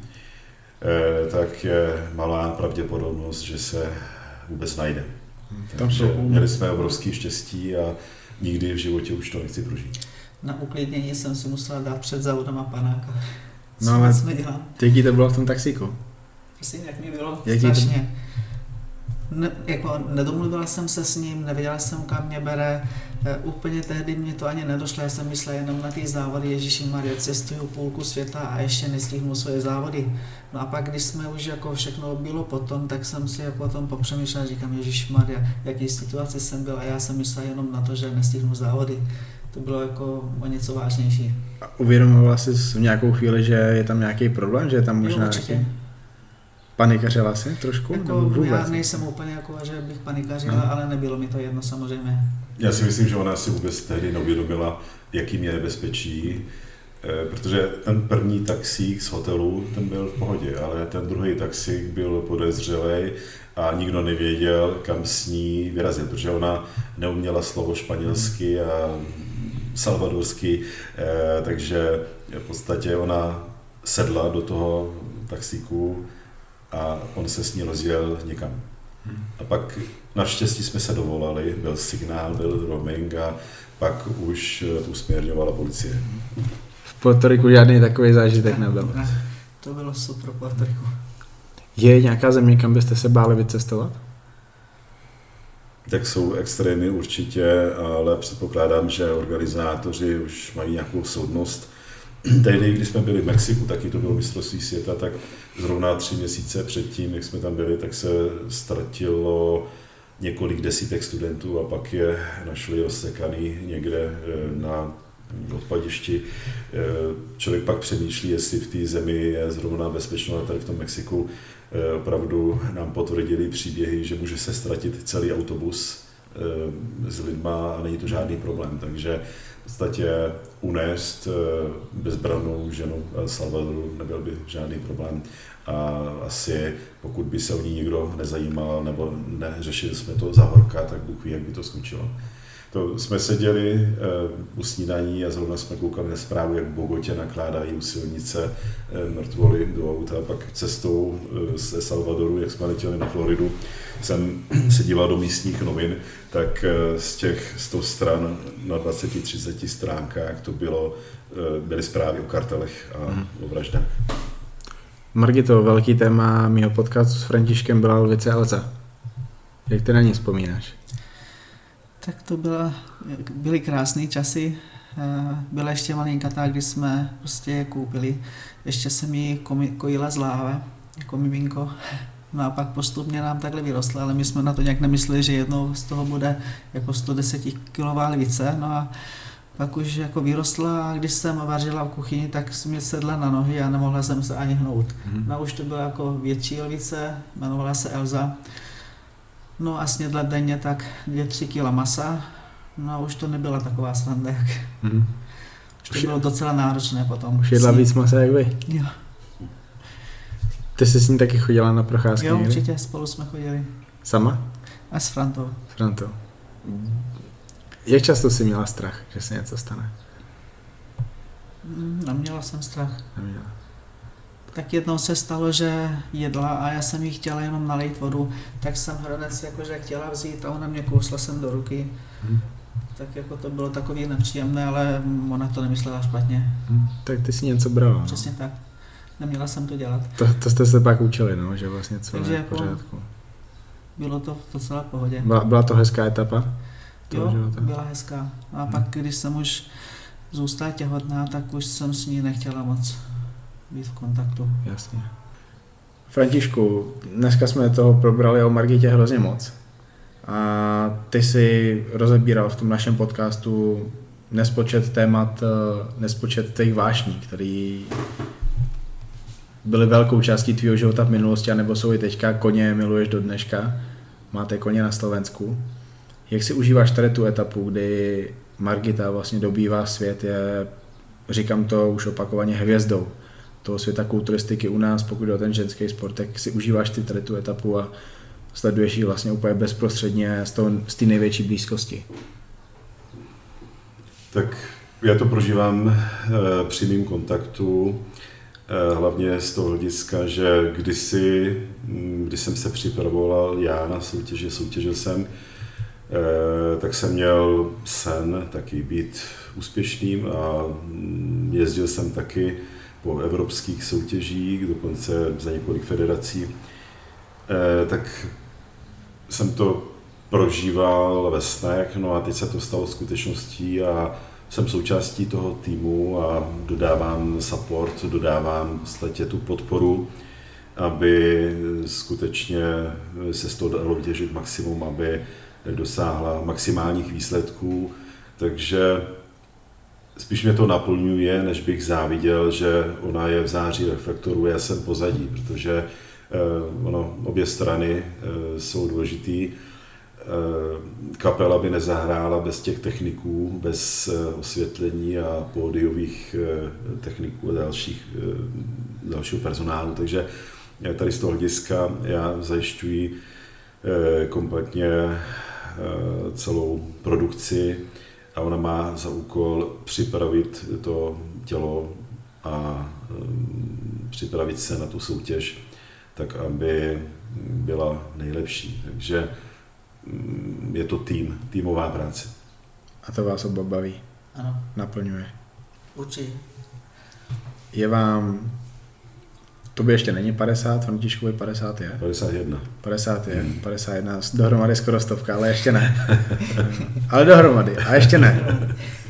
tak je malá pravděpodobnost, že se vůbec najde. Takže měli jsme obrovský štěstí a nikdy v životě už to nechci prožít. Na uklidnění jsem si musela dát před závodem a panáka. No ale jaký to bylo v tom taxíku? Prosím, jak mi bylo jak strašně. Ne, jako nedomluvila jsem se s ním, nevěděla jsem, kam mě bere. E, úplně tehdy mě to ani nedošlo, já jsem myslela jenom na ty závody. Ježišimarja, cestuju půlku světa a ještě nestihnu svoje závody. No a pak, když jsme už jako všechno bylo potom, tak jsem si jako o tom popřemýšlela, říkám, Ježišmarja, jaký situaci jsem byl a já jsem myslela jenom na to, že nestihnu závody. To bylo jako o něco vážnější. A uvědomovala jsi v nějakou chvíli, že je tam nějaký problém, že je tam možná jo, nějaký... Panikařila jsi trošku? Jako, já nejsem úplně jako, že bych panikařila, hmm. ale nebylo mi to jedno samozřejmě. Já si myslím, že ona si vůbec tehdy neuvědomila, jakým je nebezpečí, Protože ten první taxík z hotelu, ten byl v pohodě, ale ten druhý taxík byl podezřelej a nikdo nevěděl, kam s ní vyrazil, protože ona neuměla slovo španělsky a salvadorsky, takže v podstatě ona sedla do toho taxíku a on se s ní rozjel někam. A pak naštěstí jsme se dovolali, byl signál, byl roaming a pak už tu směrňovala policie. V Puerto Riku žádný takový zážitek nebyl. To bylo super v Puerto Riku. Je nějaká země, kam byste se báli vycestovat? Tak jsou extrémy určitě, ale předpokládám, že organizátoři už mají nějakou soudnost. Tehdy, když jsme byli v Mexiku, taky to bylo mistrovství světa, tak zrovna tři měsíce předtím, jak jsme tam byli, tak se ztratilo několik desítek studentů a pak je našli rozsekaný někde na odpadišti. Člověk pak přemýšlí, jestli v té zemi je zrovna bezpečno, a tady v tom Mexiku opravdu nám potvrdili příběhy, že může se ztratit celý autobus s lidma a není to žádný problém. Takže v podstatě unést bezbrannou ženu El Salvadoru nebyl by žádný problém. A asi pokud by se o ní nikdo nezajímal nebo neřešili jsme to za horka, tak Bůh ví, jak by to skončilo. To jsme seděli u snídaní a zrovna jsme koukali na zprávu, jak v Bogotě nakládají u silnice mrtvoly do auta. Pak cestou z Salvadoru, jak jsme letěli na Floridu, jsem se díval do místních novin, tak z těch sto stran na dvacet třicet stránkách to bylo, byly zprávy o kartelech a hmm. o vraždách. Margito, velký téma mýho podcastu s Františkem byla Lvice Elza. Jak ty na ní vzpomínáš? Tak to byla, byly krásné časy. Byla ještě malinkatá, když jsme prostě je koupili. Ještě jsem ji kojila z láhve, jako miminko. No a pak postupně nám takhle vyrostla, ale my jsme na to nějak nemysleli, že jednou z toho bude jako sto deset kilová lvice. No a pak už jako vyrostla a když jsem vařila v kuchyni, tak jsem mě sedla na nohy a nemohla jsem se ani hnout. Mm. No a už to byla jako větší lvice, jmenovala se Elza. No a snědla denně tak dvě, tři kila masa, no a už to nebyla taková sranda, jak... Mm. Už to bylo docela náročné potom. Už jedla víc masa jak vy? Jo. Ty jsi s ní taky chodila na procházky? Jo, někdy? určitě, spolu jsme chodili. Sama? A s Frantou. S Frantou. Jak často jsi měla strach, že se něco stane? Neměla jsem strach. Neměla. Tak jednou se stalo, že jedla a já jsem jí chtěla jenom nalejt vodu, tak jsem hrnec jakože chtěla vzít a ona mě kousla sem do ruky. Hmm. Tak jako to bylo takový nepříjemné, ale ona to nemyslela špatně. Hmm. Tak ty si něco brala. Přesně no? tak. Neměla jsem to dělat. To, to jste se pak učili, no, že vlastně co je v pořádku. Bylo to docela v pohodě. Byla, byla to hezká etapa? Jo, života? Byla hezká. A hmm. pak, když jsem už zůstala těhotná, tak už jsem s ní nechtěla moc být v kontaktu. Jasně. Františku, dneska jsme toho probrali o Margitě hrozně moc. A ty si rozebíral v tom našem podcastu nespočet témat, nespočet těch vášní, které byly velkou částí tvýho života v minulosti, anebo jsou i teďka. Koně miluješ do dneška, máte koně na Slovensku. Jak si užíváš tady tu etapu, kdy Margita vlastně dobývá svět, je, říkám to už opakovaně, hvězdou toho světa kulturistiky u nás, pokud jde o ten ženský sport, tak si užíváš ty tady tu etapu a sleduješ ji vlastně úplně bezprostředně z, toho, z té největší blízkosti. Tak já to prožívám e, při mým kontaktu, e, hlavně z toho hlediska, že kdysi, když jsem se připravoval já na soutěže, soutěžil jsem, e, tak jsem měl sen taky být úspěšným a jezdil jsem taky po evropských soutěžích, dokonce za několik federací, e, tak jsem to prožíval ve snech, no a teď se to stalo skutečností a jsem součástí toho týmu a dodávám support, dodávám v podstatě tu podporu, aby skutečně se z toho dalo vytěžit maximum, aby dosáhla maximálních výsledků, takže spíš mě to naplňuje, než bych záviděl, že ona je v září reflektoru, já jsem pozadí, protože eh, ono, obě strany eh, jsou důležitý. Eh, kapela by nezahrála bez těch techniků, bez osvětlení a pódiových techniků a dalších, dalšího personálu. Takže tady z toho hlediska já zajišťuji kompletně celou produkci a ona má za úkol připravit to tělo a připravit se na tu soutěž tak, aby byla nejlepší. Takže je to tým, týmová práce. A to vás oba baví? Ano. Naplňuje? Určitě. Je vám... Tobě ještě není padesát, Františkovi padesát je? padesát jedna. padesát je, hmm. padesát jedna, dohromady skoro stovka, ale ještě ne. Ale dohromady, a ještě ne.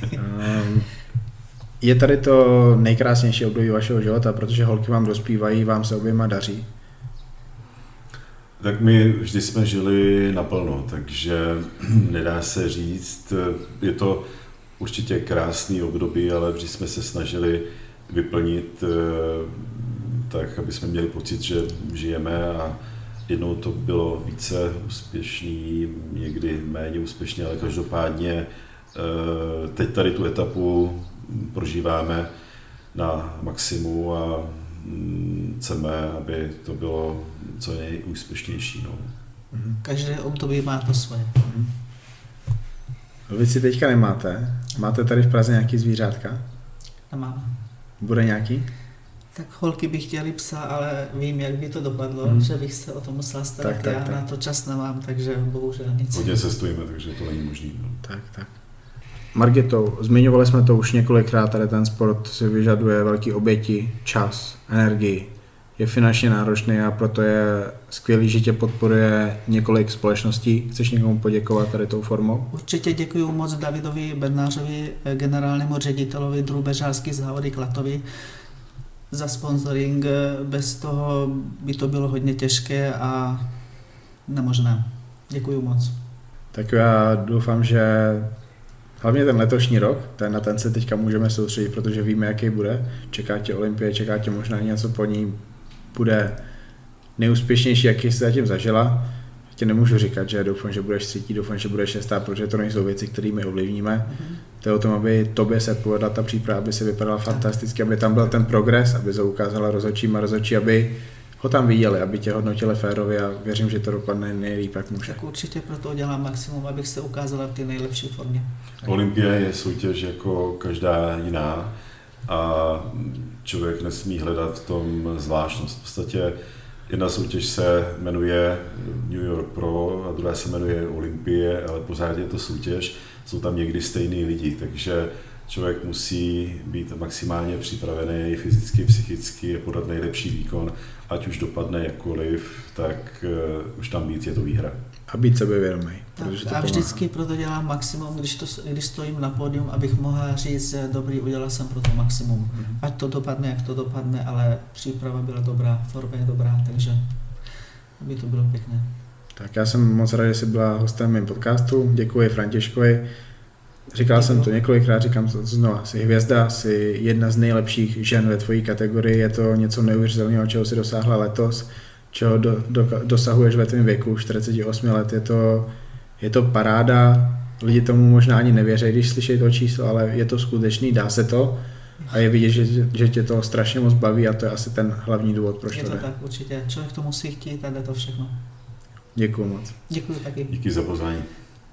Je tady to nejkrásnější období vašeho života, protože holky vám dospívají, vám se oběma daří? Tak my vždy jsme žili naplno, takže nedá se říct, je to určitě krásný období, ale vždy jsme se snažili vyplnit tak, aby jsme měli pocit, že žijeme a jednou to bylo více úspěšný, někdy méně úspěšně, ale každopádně teď tady tu etapu prožíváme na maximu a chceme, aby to bylo co nejúspěšnější. No. Každé období má to svoje. Vy si teďka nemáte? Máte tady v Praze nějaký zvířátka? Nemáme. Bude nějaký? Tak holky by chtěli psa, ale vím, jak by to dopadlo, hmm. že bych se o to musela starat. Tak, tak, Já tak. na to čas nemám, takže bohužel nic. Hodně cestujeme, takže to není možný. No. Tak, tak. Margito, zmiňovali jsme to už několikrát, tady ten sport si vyžaduje velký oběti, čas, energii. Je finančně náročný a proto je skvělý, že tě podporuje několik společností. Chceš někomu poděkovat tady tou formou? Určitě děkuji moc Davidovi Bednářovi, generálnímu ředitelovi Drůbežářských závody Klatovy, za sponsoring. Bez toho by to bylo hodně těžké a nemožné. Děkuji moc. Tak já doufám, že hlavně ten letošní rok, ten, na ten se teďka můžeme soustředit, protože víme, jaký bude. Čeká tě Olympie, čeká tě možná něco po ní, bude nejúspěšnější, jaký jsi zatím zažila. Tě nemůžu říkat, že doufám, že budeš třetí, doufám, že budeš šestá, protože to nejsou věci, kterými ovlivníme. Mm-hmm. To je o tom, aby tobě se povedla ta příprava, aby se vypadala fantasticky, aby tam byl ten progres, aby se ukázala rozhodčím a rozhodčí, aby ho tam viděli, aby tě hodnotili férově a věřím, že to dopadne nejlíp, jak může. Tak určitě proto dělám maximum, abych se ukázala v té nejlepší formě. Olympie je soutěž jako každá jiná a člověk nesmí hledat v tom zvláštnost. V podstatě jedna soutěž se jmenuje New York Pro a druhá se jmenuje Olympie, ale pořád je to soutěž, jsou tam někdy stejný lidi, takže člověk musí být maximálně připravený fyzicky, psychicky a podat nejlepší výkon, ať už dopadne jakkoliv, tak uh, už tam být je to výhra. A být sebevědomý. A vždycky proto dělám maximum, když, to, když stojím na pódium, abych mohla říct, dobrý, udělal jsem pro to maximum. Mm-hmm. Ať to dopadne, jak to dopadne, ale příprava byla dobrá, forma je dobrá, takže aby to bylo pěkné. Tak já jsem moc rád, že jsi byla hostem mým podcastu. Děkuji Františkovi. Říkal jsem to několikrát, říkám to znova, jsi hvězda, jsi jedna z nejlepších žen ve tvojí kategorii, je to něco neuvěřitelného, čeho jsi dosáhla letos, čeho do, do, dosahuješ ve tvém věku, čtyřicet osm let, je to, je to paráda, lidi tomu možná ani nevěří, když slyší to číslo, ale je to skutečný, dá se to a je vidět, že, že tě to strašně moc baví a to je asi ten hlavní důvod, proč je to jde. Je to tak, určitě, člověk to musí chtít a jde to všechno. Děkuju moc. Děkuju taky. Díky za pozvání.